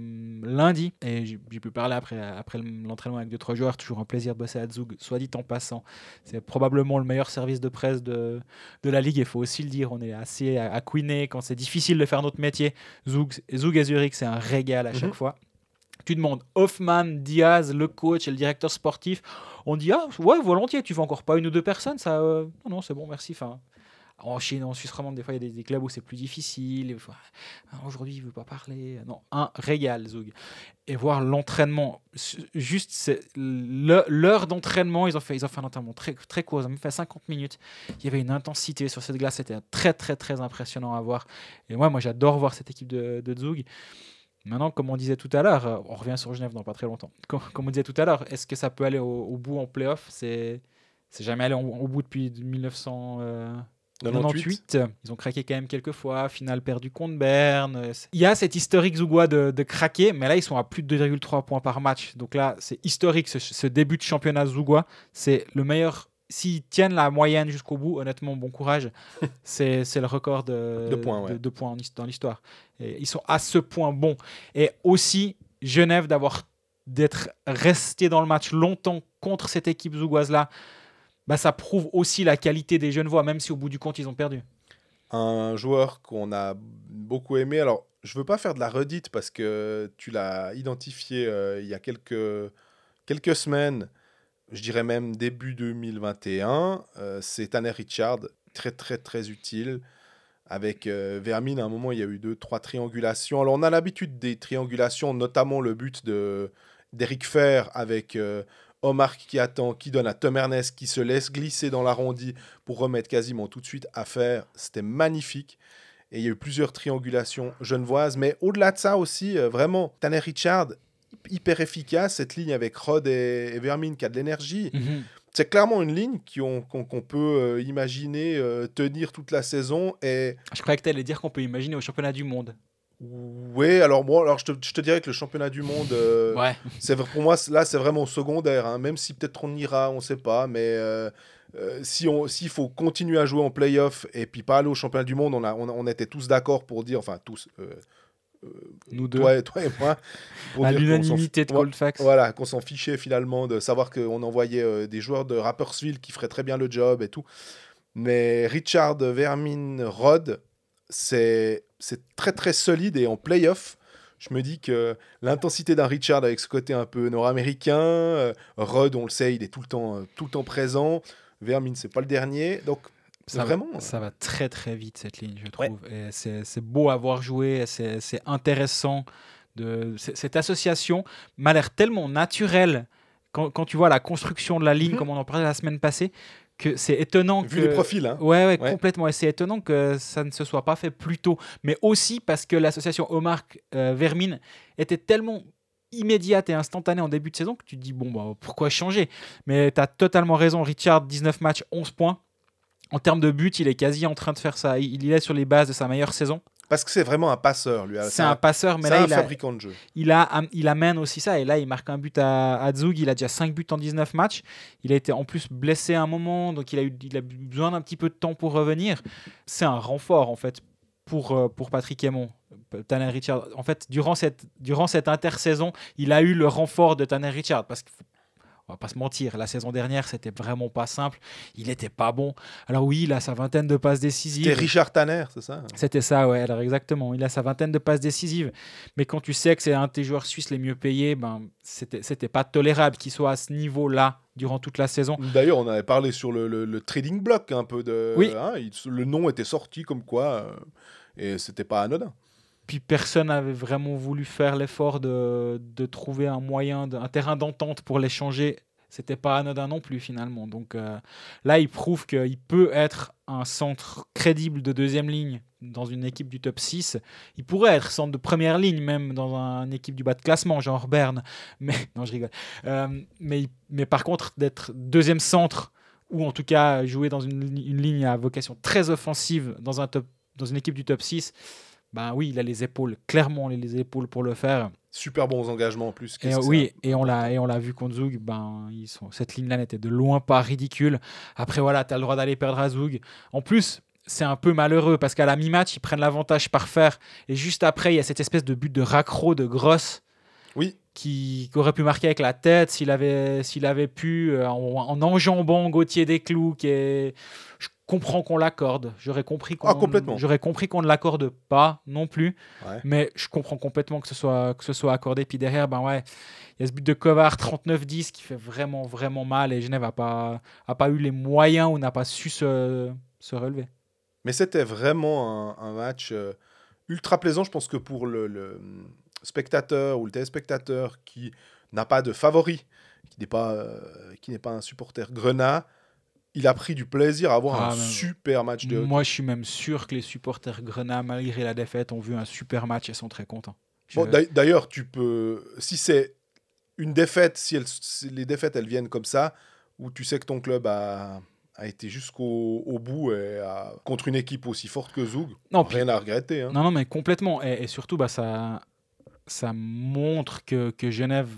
lundi et j'ai pu parler après l'entraînement avec 2-3 joueurs. Toujours un plaisir de bosser à Zug, soit dit en passant. C'est probablement le meilleur service de presse de la ligue. Il faut aussi le dire. On est assez à couiner quand c'est difficile de faire notre métier. Zug et Zurich, c'est un régal à chaque fois. Tu demandes Hoffman, Diaz, le coach et le directeur sportif. On dit ouais, volontiers. Tu veux encore pas 1 ou 2 personnes ça non, c'est bon, merci. En Chine, en Suisse romande, des fois, il y a des clubs où c'est plus difficile. Aujourd'hui, il ne veut pas parler. Non, un régal, Zug. Et voir l'entraînement, juste l'heure d'entraînement, ils ont fait un entraînement très, très court. Ils ont même fait 50 minutes. Il y avait une intensité sur cette glace. C'était très, très, très impressionnant à voir. Et moi, j'adore voir cette équipe de Zug. Maintenant, comme on disait tout à l'heure, on revient sur Genève dans pas très longtemps. Comme on disait tout à l'heure, est-ce que ça peut aller au bout en play-off ? C'est jamais allé au bout depuis 1998. Ils ont craqué quand même quelques fois. Finale perdue contre Berne. Il y a cet historique zougois de craquer, mais là, ils sont à plus de 2,3 points par match. Donc là, c'est historique ce début de championnat zougois. C'est le meilleur. S'ils tiennent la moyenne jusqu'au bout, honnêtement, bon courage. C'est le record de points dans l'histoire. Et ils sont à ce point bons. Et aussi, Genève, d'être resté dans le match longtemps contre cette équipe zougoise-là, ça prouve aussi la qualité des Genevois, même si au bout du compte, ils ont perdu. Un joueur qu'on a beaucoup aimé, alors je ne veux pas faire de la redite parce que tu l'as identifié il y a quelques semaines, je dirais même début 2021, c'est Tanner Richard, très très très utile. Avec Vermin, à un moment, il y a eu 2-3 triangulations. Alors on a l'habitude des triangulations, notamment le but d'Eric Fer avec... Omar qui attend, qui donne à Tom Ernest, qui se laisse glisser dans l'arrondi pour remettre quasiment tout de suite à faire. C'était magnifique. Et il y a eu plusieurs triangulations genevoises. Mais au-delà de ça aussi, vraiment, Tanner Richard, hyper efficace. Cette ligne avec Rod et Vermin qui a de l'énergie. C'est clairement une ligne qu'on peut imaginer tenir toute la saison. Et... Je croyais que tu allais dire qu'on peut imaginer au championnat du monde. Oui, alors je te dirais que le championnat du monde, pour moi, là, c'est vraiment secondaire. Hein, même si peut-être on ira, on ne sait pas. Mais s'il faut continuer à jouer en play-off et puis pas aller au championnat du monde, on était tous d'accord pour dire, enfin tous, nous deux, toi et moi, pour à dire l'unanimité de Colfax. Voilà, qu'on s'en fichait finalement de savoir qu'on envoyait des joueurs de Rapperswil qui feraient très bien le job et tout. Mais Richard, Vermin, Rod, c'est très très solide et en play-off, je me dis que l'intensité d'un Richard avec ce côté un peu nord-américain, Rod, on le sait, il est tout le temps présent. Vermin, c'est pas le dernier, donc ça va très très vite cette ligne, je trouve. Ouais. Et c'est beau à voir jouer, c'est intéressant. Cette association m'a l'air tellement naturelle quand tu vois la construction de la ligne, comme on en parlait la semaine passée. Que c'est étonnant vu les profils, hein. Ouais, complètement. Et c'est étonnant que ça ne se soit pas fait plus tôt. Mais aussi parce que l'association Omar Vermin était tellement immédiate et instantanée en début de saison que tu te dis, pourquoi changer ? Mais tu as totalement raison. Richard, 19 matchs, 11 points. En termes de but, il est quasi en train de faire ça. Il est sur les bases de sa meilleure saison. Parce que c'est vraiment un passeur, lui. C'est un passeur, mais c'est là, un fabricant de jeu. il amène aussi ça. Et là, il marque un but à Zug. Il a déjà 5 buts en 19 matchs. Il a été en plus blessé à un moment, donc il a eu besoin d'un petit peu de temps pour revenir. C'est un renfort, en fait, pour Patrick Aymon. Tanner Richard, en fait, durant cette intersaison, il a eu le renfort de Tanner Richard. Parce que on va pas se mentir, la saison dernière, c'était vraiment pas simple. Il était pas bon. Alors oui, il a sa vingtaine de passes décisives. C'était Richard Tanner, c'est ça? C'était ça, ouais. Alors exactement. Il a sa vingtaine de passes décisives. Mais quand tu sais que c'est un de tes joueurs suisses les mieux payés, c'était pas tolérable qu'il soit à ce niveau-là durant toute la saison. D'ailleurs, on avait parlé sur le trading block un peu de. Oui. Le nom était sorti comme quoi, et c'était pas anodin. Puis personne n'avait vraiment voulu faire l'effort de trouver un moyen, un terrain d'entente pour l'échanger. C'était pas anodin non plus finalement. Donc là, il prouve qu'il peut être un centre crédible de deuxième ligne dans une équipe du top 6. Il pourrait être centre de première ligne même dans une équipe du bas de classement, genre Berne. Mais non, je rigole. Mais par contre, d'être deuxième centre ou en tout cas jouer dans une ligne à vocation très offensive dans une équipe du top 6, ben oui, il a les épaules, clairement les épaules pour le faire. Super bons engagements en plus. Et on l'a vu contre Zug, cette ligne-là n'était de loin pas ridicule. Après, voilà, tu as le droit d'aller perdre à Zug. En plus, c'est un peu malheureux parce qu'à la mi-match, ils prennent l'avantage par faire. Et juste après, il y a cette espèce de but de raccro de Gross. Oui. Qui aurait pu marquer avec la tête s'il avait pu, en enjambant Gauthier Desclous, je comprends qu'on l'accorde. J'aurais compris qu'on ne l'accorde pas non plus. Ouais. Mais je comprends complètement que ce soit accordé. Puis derrière, il y a ce but de Kovar 39-10 qui fait vraiment, vraiment mal. Et Genève n'a pas eu les moyens ou n'a pas su se relever. Mais c'était vraiment un match ultra plaisant. Je pense que pour le spectateur ou le téléspectateur qui n'a pas de favori, qui n'est pas un supporter Grenat, il a pris du plaisir à avoir un super match de hockey. Moi, je suis même sûr que les supporters Grenat, malgré la défaite, ont vu un super match et sont très contents. D'ailleurs, tu peux, si c'est une défaite, si les défaites elles viennent comme ça, où tu sais que ton club a été jusqu'au bout contre une équipe aussi forte que Zug, rien à regretter. Hein. Non, mais complètement. Et surtout, ça montre que Genève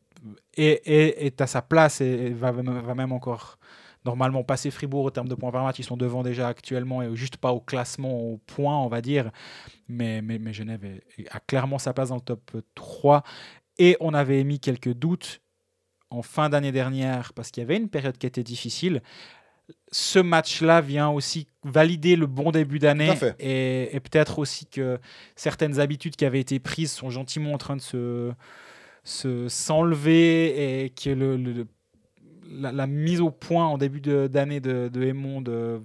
est à sa place et va même encore normalement passer Fribourg au terme de points par match. Ils sont devant déjà actuellement et juste pas au classement, au point, on va dire. Mais Genève a clairement sa place dans le top 3. Et on avait émis quelques doutes en fin d'année dernière parce qu'il y avait une période qui était difficile. Ce match-là vient aussi valider le bon début d'année et peut-être aussi que certaines habitudes qui avaient été prises sont gentiment en train de s'enlever et que la mise au point en début d'année de Aymon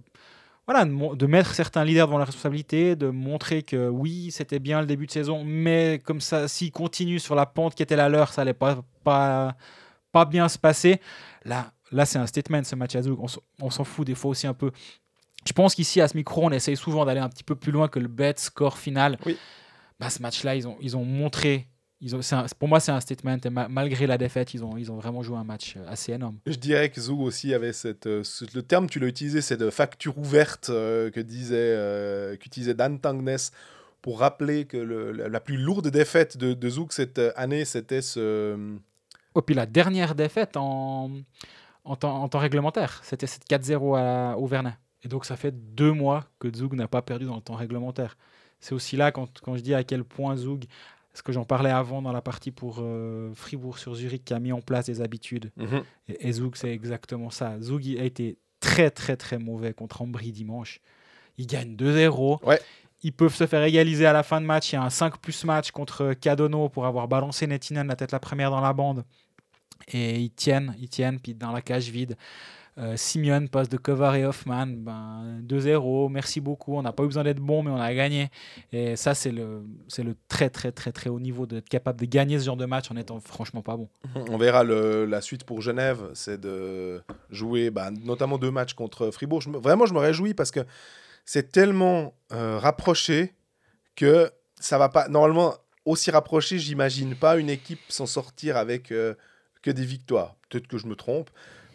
de mettre certains leaders devant la responsabilité, de montrer que oui, c'était bien le début de saison, mais comme ça, s'ils continuent sur la pente qui était la leur, ça allait pas bien se passer. Là, c'est un statement, ce match à Zug. On s'en fout des fois aussi un peu. Je pense qu'ici, à ce micro, on essaye souvent d'aller un petit peu plus loin que le bet score final. Oui. Ce match-là, ils ont montré. Pour moi, c'est un statement. Et malgré la défaite, ils ont vraiment joué un match assez énorme. Je dirais que Zug aussi avait le terme, tu l'as utilisé, c'est de facture ouverte qu'utilisait Dan Tangnes pour rappeler que la plus lourde défaite de Zug cette année, c'était puis la dernière défaite en temps réglementaire, c'était cette 4-0 au Vernet. Et donc, ça fait 2 mois que Zug n'a pas perdu dans le temps réglementaire. C'est aussi là, quand je dis à quel point Zug, ce que j'en parlais avant dans la partie pour Fribourg sur Zurich, qui a mis en place des habitudes. Mm-hmm. Et Zug, c'est exactement ça. Zug a été très, très, très mauvais contre Ambry dimanche. Ils gagnent 2-0. Ouais. Ils peuvent se faire égaliser à la fin de match. Il y a un 5+ match contre Kadono pour avoir balancé Nettinen la tête la première dans la bande. Et ils tiennent, puis dans la cage vide. Simeon passe de Kovar et Hoffman, 2-0, merci beaucoup, on n'a pas eu besoin d'être bon, mais on a gagné. Et ça, c'est le très, très, très, très haut niveau d'être capable de gagner ce genre de match en étant franchement pas bon. On verra la suite pour Genève, c'est de jouer notamment 2 matchs contre Fribourg. Vraiment, je me réjouis parce que c'est tellement rapproché que ça va pas... Normalement, aussi rapproché, j'imagine pas une équipe s'en sortir avec que des victoires. Peut-être que je me trompe.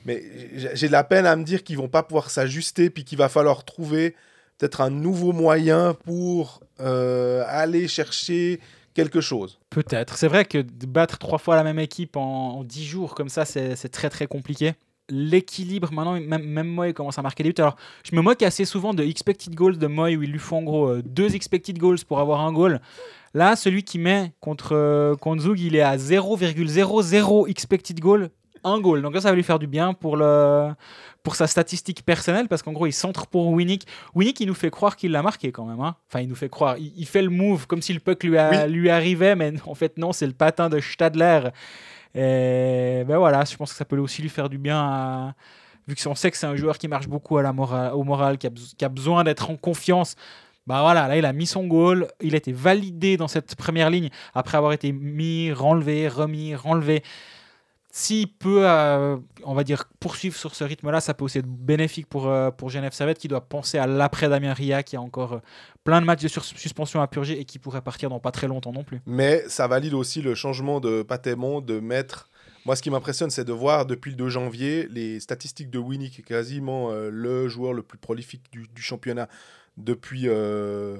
Mais j'ai de la peine à me dire qu'ils vont pas pouvoir s'ajuster, puis qu'il va falloir trouver peut-être un nouveau moyen pour aller chercher quelque chose. Peut-être. C'est vrai que de battre 3 fois la même équipe en 10 jours comme ça, c'est très très compliqué. L'équilibre, maintenant, même Moy commence à marquer des buts. Alors, je me moque assez souvent de expected goals de Moy, où il lui faut en gros 2 expected goals pour avoir un goal. Là, celui qui met contre Zug, il est à 0,00 expected goal, un goal. Donc là, ça va lui faire du bien pour sa statistique personnelle, parce qu'en gros, il centre pour Winnick. Winnick, il nous fait croire qu'il l'a marqué quand même. Hein. Enfin, il nous fait croire. Il fait le move comme si le puck lui arrivait, mais en fait, non, c'est le patin de Stadler. Et ben voilà, je pense que ça peut aussi lui faire du bien, vu qu'on sait que c'est un joueur qui marche beaucoup au moral, qui a besoin d'être en confiance. Bah voilà, là il a mis son goal, il a été validé dans cette première ligne après avoir été mis, renlevé, remis, renlevé. S'il peut, on va dire, poursuivre sur ce rythme-là, ça peut aussi être bénéfique pour Genève Servette, qui doit penser à l'après Damien Ria, qui a encore plein de matchs de suspension à purger et qui pourrait partir dans pas très longtemps non plus. Mais ça valide aussi le changement de Patémon de mettre... Moi, ce qui m'impressionne, c'est de voir depuis le 2 janvier les statistiques de Winnick, qui est quasiment le joueur le plus prolifique du championnat depuis le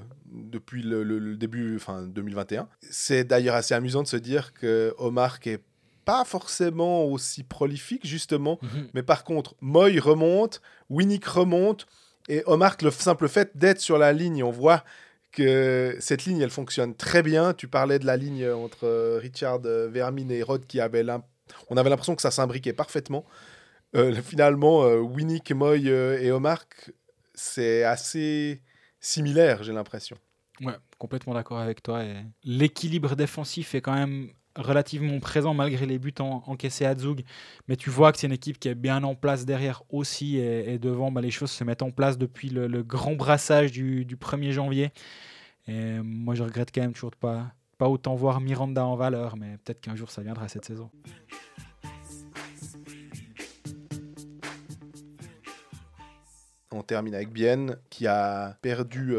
début, enfin 2021. C'est d'ailleurs assez amusant de se dire que Omar est pas forcément aussi prolifique, justement, mais par contre, Moy remonte, Winnick remonte, et Omar, le simple fait d'être sur la ligne, on voit que cette ligne, elle fonctionne très bien. Tu parlais de la ligne entre Richard Vermin et Rod, on avait l'impression que ça s'imbriquait parfaitement. Finalement, Winnick, Moy et Omar, c'est assez similaire, j'ai l'impression. Ouais, complètement d'accord avec toi. Et l'équilibre défensif est quand même relativement présent malgré les buts encaissés à Zug, mais tu vois que c'est une équipe qui est bien en place derrière aussi, et devant, les choses se mettent en place depuis le grand brassage du 1er janvier. Et moi je regrette quand même toujours de pas autant voir Miranda en valeur, mais peut-être qu'un jour ça viendra cette saison. On termine avec Bienne, qui a perdu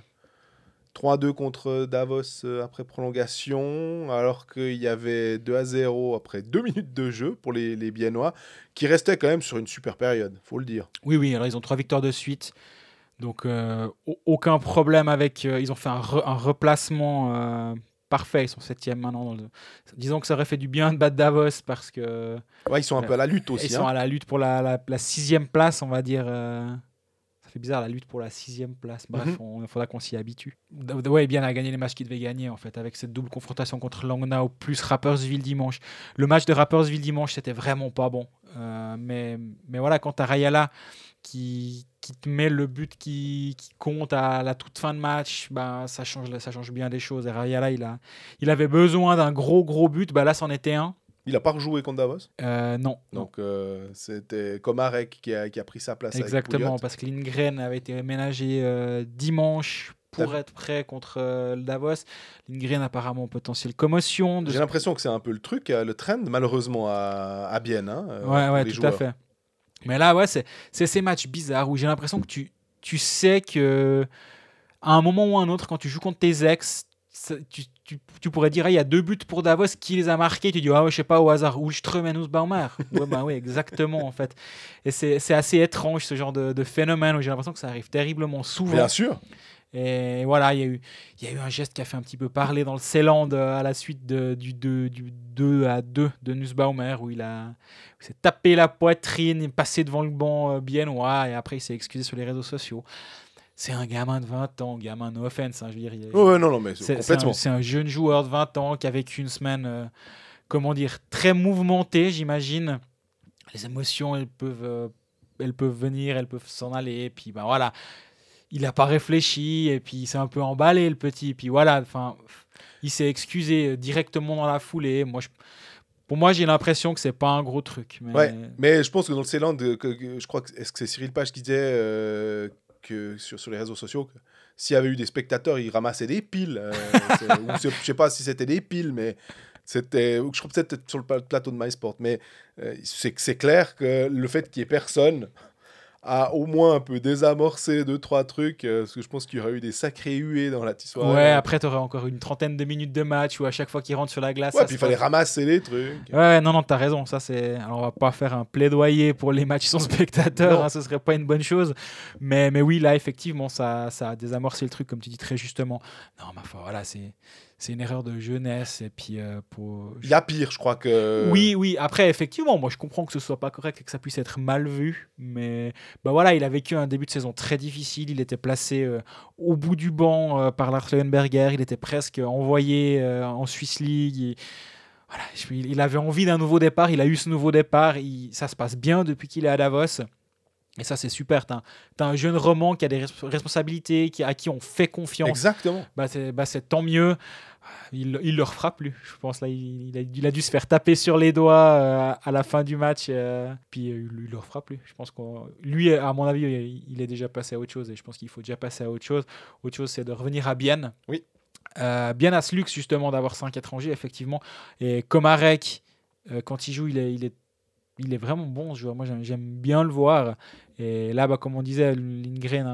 3-2 contre Davos après prolongation, alors qu'il y avait 2-0 après 2 minutes de jeu pour les Biennois, qui restaient quand même sur une super période, faut le dire. Oui, alors ils ont 3 victoires de suite, donc aucun problème avec... ils ont fait un replacement parfait, ils sont 7e maintenant. Disons que ça aurait fait du bien de battre Davos, parce que... Ouais, ils sont un peu à la lutte aussi. Ils sont à la lutte pour la 6e place, on va dire... C'est bizarre, la lutte pour la 6e place. Bref, il faudra qu'on s'y habitue. Ouais, bien a gagné les matchs qu'il devait gagner, en fait, avec cette double confrontation contre Langnau plus Rapperswil dimanche. Le match de Rapperswil dimanche, c'était vraiment pas bon. Mais voilà, quand t'as Rayala qui te met le but qui compte à la toute fin de match, ça change bien des choses. Et Rayala, il avait besoin d'un gros but. Là, c'en était un. Il n'a pas rejoué contre Davos ? Non. Donc, c'était Komarek qui a pris sa place. Exactement, parce que Lindgren avait été ménagé dimanche pour être prêt contre le Davos. Lindgren, apparemment, potentielle commotion. J'ai l'impression que c'est un peu le truc, le trend, malheureusement, à Bienne. Ouais, tout à fait. Mais là, ouais, c'est ces matchs bizarres où j'ai l'impression que tu sais que à un moment ou à un autre, quand tu joues contre tes ex, tu pourrais dire, il y a 2 buts pour Davos, qui les a marqués? Tu dis, je sais pas, au hasard, Ulström et Nussbaumer. Oui, exactement, en fait. Et c'est assez étrange, ce genre de phénomène, où j'ai l'impression que ça arrive terriblement souvent. Bien sûr. Et voilà, il y a eu un geste qui a fait un petit peu parler dans le Ceyland à la suite du 2-2 de Nussbaumer, où il s'est tapé la poitrine, passé devant le banc biennois, et après il s'est excusé sur les réseaux sociaux. C'est un gamin de 20 ans, no offense, je veux dire. Non, mais complètement. C'est un jeune joueur de 20 ans qui a vécu une semaine, très mouvementée, j'imagine. Les émotions, elles peuvent venir, elles peuvent s'en aller, et puis voilà. Il n'a pas réfléchi, et puis il s'est un peu emballé, le petit, et puis voilà, il s'est excusé directement dans la foulée. Pour moi, j'ai l'impression que c'est pas un gros truc. Mais je pense que dans le Ceyland, je crois que c'est Cyril Page qui disait que sur les réseaux sociaux, que s'il y avait eu des spectateurs, ils ramassaient des piles. Ou je sais pas si c'était des piles, mais c'était, je crois peut-être sur le plateau de MySport. Mais c'est clair que le fait qu'il y ait personne à au moins un peu désamorcer 2-3 trucs, parce que je pense qu'il y aurait eu des sacrés huées dans la tissoire. Ouais, après, tu aurais encore une trentaine de minutes de match où à chaque fois qu'il rentre sur la glace. Ouais, ça puis il se fallait passe- ramasser les trucs. Ouais, non, t'as raison. Ça, c'est... Alors, on va pas faire un plaidoyer pour les matchs sans spectateurs, Non. hein, ce serait pas une bonne chose. Mais oui, là, effectivement, ça a désamorcé le truc, comme tu dis très justement. Non, mais enfin, voilà, c'est une erreur de jeunesse. Et puis, Il y a pire, je crois que. Oui. Après, effectivement, moi, je comprends que ce soit pas correct et que ça puisse être mal vu. Mais bah voilà, il a vécu un début de saison très difficile. Il était placé au bout du banc par Lars Leuenberger. Il était presque envoyé en Swiss League. Voilà, il avait envie d'un nouveau départ. Il a eu ce nouveau départ. Ça se passe bien depuis qu'il est à Davos. Et ça, c'est super. T'as un jeune roman qui a des responsabilités, à qui on fait confiance. Exactement. C'est tant mieux. Il le refera plus, je pense. Là, il a dû se faire taper sur les doigts à la fin du match. Puis il le refera plus. Je pense que lui, à mon avis, il est déjà passé à autre chose. Et je pense qu'il faut déjà passer à autre chose. Autre chose, c'est de revenir à Bienne. Oui. Bienne a ce luxe, justement, d'avoir 5 étrangers, effectivement. Et Komarek, quand il joue, il est vraiment bon, ce joueur. Moi, j'aime bien le voir. Et là, comme on disait, Lindgren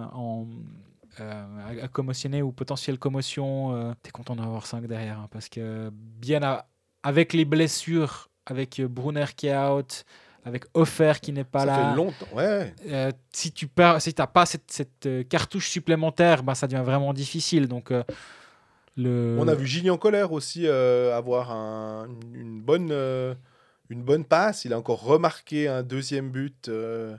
à commotionner ou potentielle commotion, t'es content d'avoir 5 derrière. Hein, parce que bien avec les blessures, avec Brunner qui est out, avec Hofer qui n'est pas ça là. fait longtemps, ouais. Si t'as pas cette cartouche supplémentaire, ça devient vraiment difficile. Donc, On a vu Gillian Colère aussi avoir une bonne passe. Il a encore remarqué un deuxième but.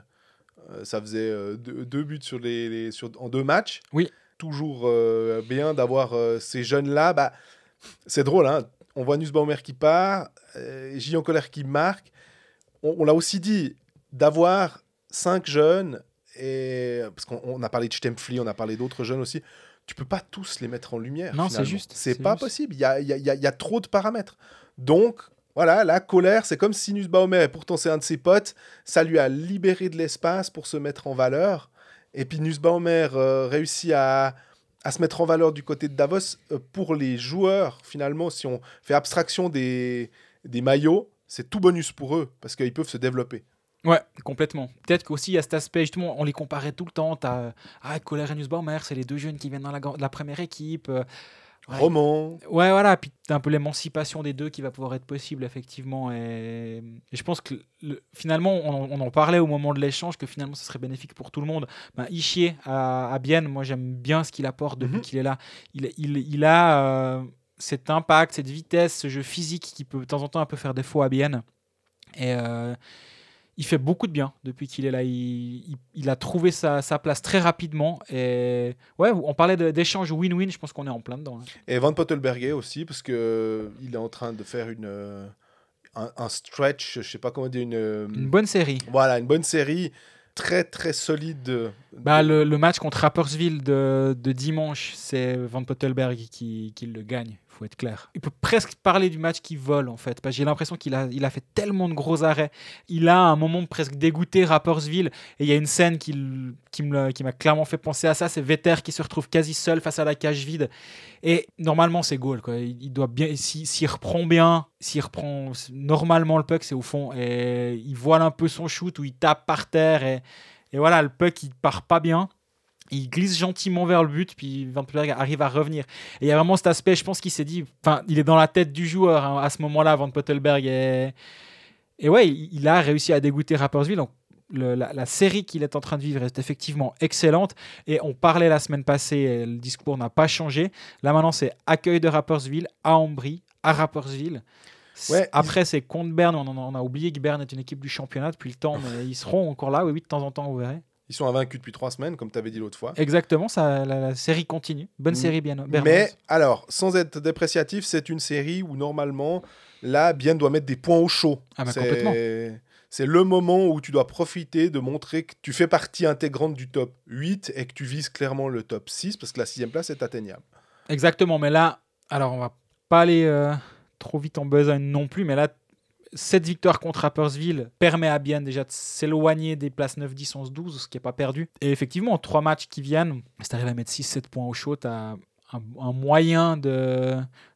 Ça faisait 2 buts en 2 matchs. Oui. Toujours bien d'avoir ces jeunes-là. Bah, c'est drôle, hein. On voit Nussbaumer qui part, Gillian Colère qui marque. On l'a aussi dit, d'avoir 5 jeunes, parce qu'on a parlé de Stempfli, on a parlé d'autres jeunes aussi. Tu peux pas tous les mettre en lumière. Non, finalement. c'est juste. C'est pas possible. Il y a trop de paramètres. Donc, voilà, la colère, c'est comme si Nussbaumer, et pourtant c'est un de ses potes, ça lui a libéré de l'espace pour se mettre en valeur. Et puis Nussbaumer réussit à se mettre en valeur du côté de Davos. Pour les joueurs, finalement, si on fait abstraction des maillots, c'est tout bonus pour eux, parce qu'ils peuvent se développer. Ouais, complètement. Peut-être qu'aussi, il y a cet aspect, justement, on les comparait tout le temps. Colère et Nussbaumer, c'est les 2 jeunes qui viennent dans la première équipe. Ouais. Roman. Ouais, voilà. Puis t'as un peu l'émancipation des deux qui va pouvoir être possible, effectivement. Et je pense que finalement, on en parlait au moment de l'échange, que finalement, ce serait bénéfique pour tout le monde. Ishier à Bienne, moi, j'aime bien ce qu'il apporte depuis qu'il est là. Il a cet impact, cette vitesse, ce jeu physique qui peut de temps en temps un peu faire défaut à Bienne. Et il fait beaucoup de bien depuis qu'il est là. Il a trouvé sa place très rapidement. Et ouais, on parlait d'échange win-win. Je pense qu'on est en plein dedans. Hein. Et Van Pottelberger aussi, parce qu'il est en train de faire un stretch, je sais pas comment dire, une bonne série. Voilà, une bonne série. Très, très solide. Le match contre Rapperswil de dimanche, c'est Van Pottelberg qui le gagne. Faut être clair. Il peut presque parler du match qui vole en fait, parce que j'ai l'impression qu'il a fait tellement de gros arrêts. Il a à un moment presque dégoûté Rapperswil, et il y a une scène qui m'a clairement fait penser à ça. C'est Vetter qui se retrouve quasi seul face à la cage vide, et normalement c'est goal quoi. Il doit bien, s'il reprend normalement le puck, c'est au fond, et il voile un peu son shoot où il tape par terre, et voilà, le puck il part pas bien. Il glisse gentiment vers le but, puis Van Pottelberg arrive à revenir. Et il y a vraiment cet aspect, je pense qu'il s'est dit, il est dans la tête du joueur hein, à ce moment-là, Van Pottelberg. Et ouais, il a réussi à dégoûter Rapperswil. Donc la série qu'il est en train de vivre est effectivement excellente. Et on parlait la semaine passée, le discours n'a pas changé. Là maintenant, c'est accueil de Rapperswil à Ambry, à Rapperswil. Ouais, après, c'est contre Berne. On a oublié que Berne est une équipe du championnat depuis le temps, mais ils seront encore là. Oui, de temps en temps, vous verrez. Ils sont invaincus depuis 3 semaines, comme tu avais dit l'autre fois. Exactement, la série continue. Bonne série, bien. Mais alors, sans être dépréciatif, c'est une série où normalement, là, Bienne doit mettre des points au chaud. Complètement. C'est le moment où tu dois profiter de montrer que tu fais partie intégrante du top 8 et que tu vises clairement le top 6, parce que la 6e place est atteignable. Exactement, mais là, alors on va pas aller trop vite en besogne non plus, mais là, cette victoire contre Rapperswil permet à Bienne déjà de s'éloigner des places 9, 10, 11, 12, ce qui n'est pas perdu. Et effectivement, en 3 matchs qui viennent, si tu arrives à mettre 6-7 points au chaud, tu as un moyen de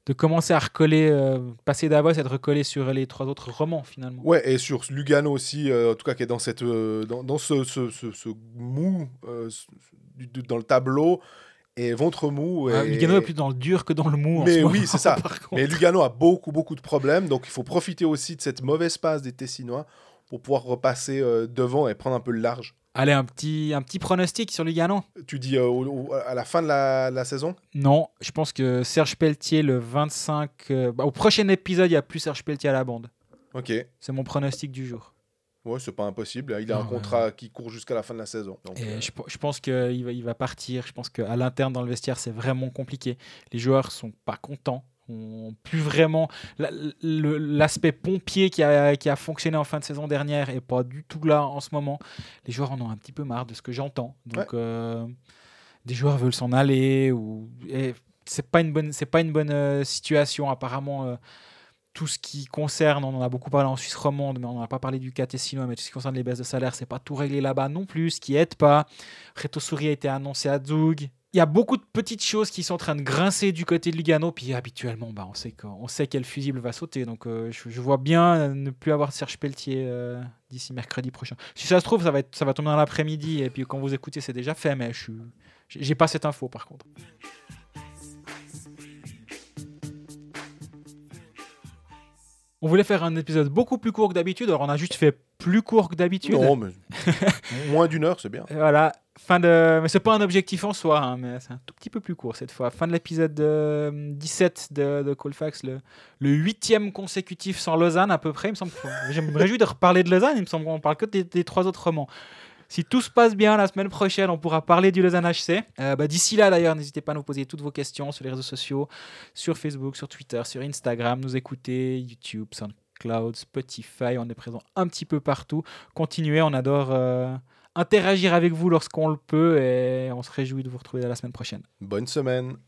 de commencer à recoller, passer Davos et de recoller sur les 3 autres romans finalement. Ouais, et sur Lugano aussi, en tout cas qui est dans dans ce mou dans le tableau, et ventre mou. Et... Lugano est plus dans le dur que dans le mou. Mais en ce oui, moment, c'est ça. par contre. Mais Lugano a beaucoup de problèmes, donc il faut profiter aussi de cette mauvaise passe des Tessinois pour pouvoir repasser devant et prendre un peu le large. Allez, un petit pronostic sur Lugano. Tu dis à la fin de la saison? Non, je pense que Serge Pelletier, le 25... au prochain épisode, il n'y a plus Serge Pelletier à la bande. Ok. C'est mon pronostic du jour. Ouais, c'est pas impossible. Il a un contrat qui court jusqu'à la fin de la saison. Donc, et je pense qu'il va partir. Je pense qu'à l'interne, dans le vestiaire, c'est vraiment compliqué. Les joueurs sont pas contents. On plus vraiment l'aspect pompier qui a fonctionné en fin de saison dernière et pas du tout là en ce moment. Les joueurs en ont un petit peu marre de ce que j'entends. Donc des joueurs veulent s'en aller et c'est pas une bonne situation apparemment. Tout ce qui concerne, on en a beaucoup parlé en Suisse romande, mais on n'a pas parlé du cas Tessinois, mais tout ce qui concerne les baisses de salaire, c'est pas tout réglé là-bas non plus, ce qui aide pas. Reto Souri a été annoncé à Zug. Il y a beaucoup de petites choses qui sont en train de grincer du côté de Lugano, puis habituellement, on sait quel fusible va sauter. Donc je vois bien ne plus avoir Serge Pelletier d'ici mercredi prochain. Si ça se trouve, ça va tomber dans l'après-midi, et puis quand vous écoutez, c'est déjà fait, mais j'ai pas cette info par contre. On voulait faire un épisode beaucoup plus court que d'habitude, alors on a juste fait plus court que d'habitude. Non, mais moins d'1 heure, c'est bien. Et voilà, mais c'est pas un objectif en soi, hein, mais c'est un tout petit peu plus court cette fois. Fin de l'épisode 17 de Colfax, le 8e consécutif sans Lausanne à peu près, il me semble. Je me réjouis de reparler de Lausanne, il me semble qu'on parle que des 3 autres romans. Si tout se passe bien, la semaine prochaine, on pourra parler du Lausanne HC. D'ici là, d'ailleurs, n'hésitez pas à nous poser toutes vos questions sur les réseaux sociaux, sur Facebook, sur Twitter, sur Instagram, nous écouter, YouTube, SoundCloud, Spotify. On est présent un petit peu partout. Continuez, on adore interagir avec vous lorsqu'on le peut et on se réjouit de vous retrouver la semaine prochaine. Bonne semaine.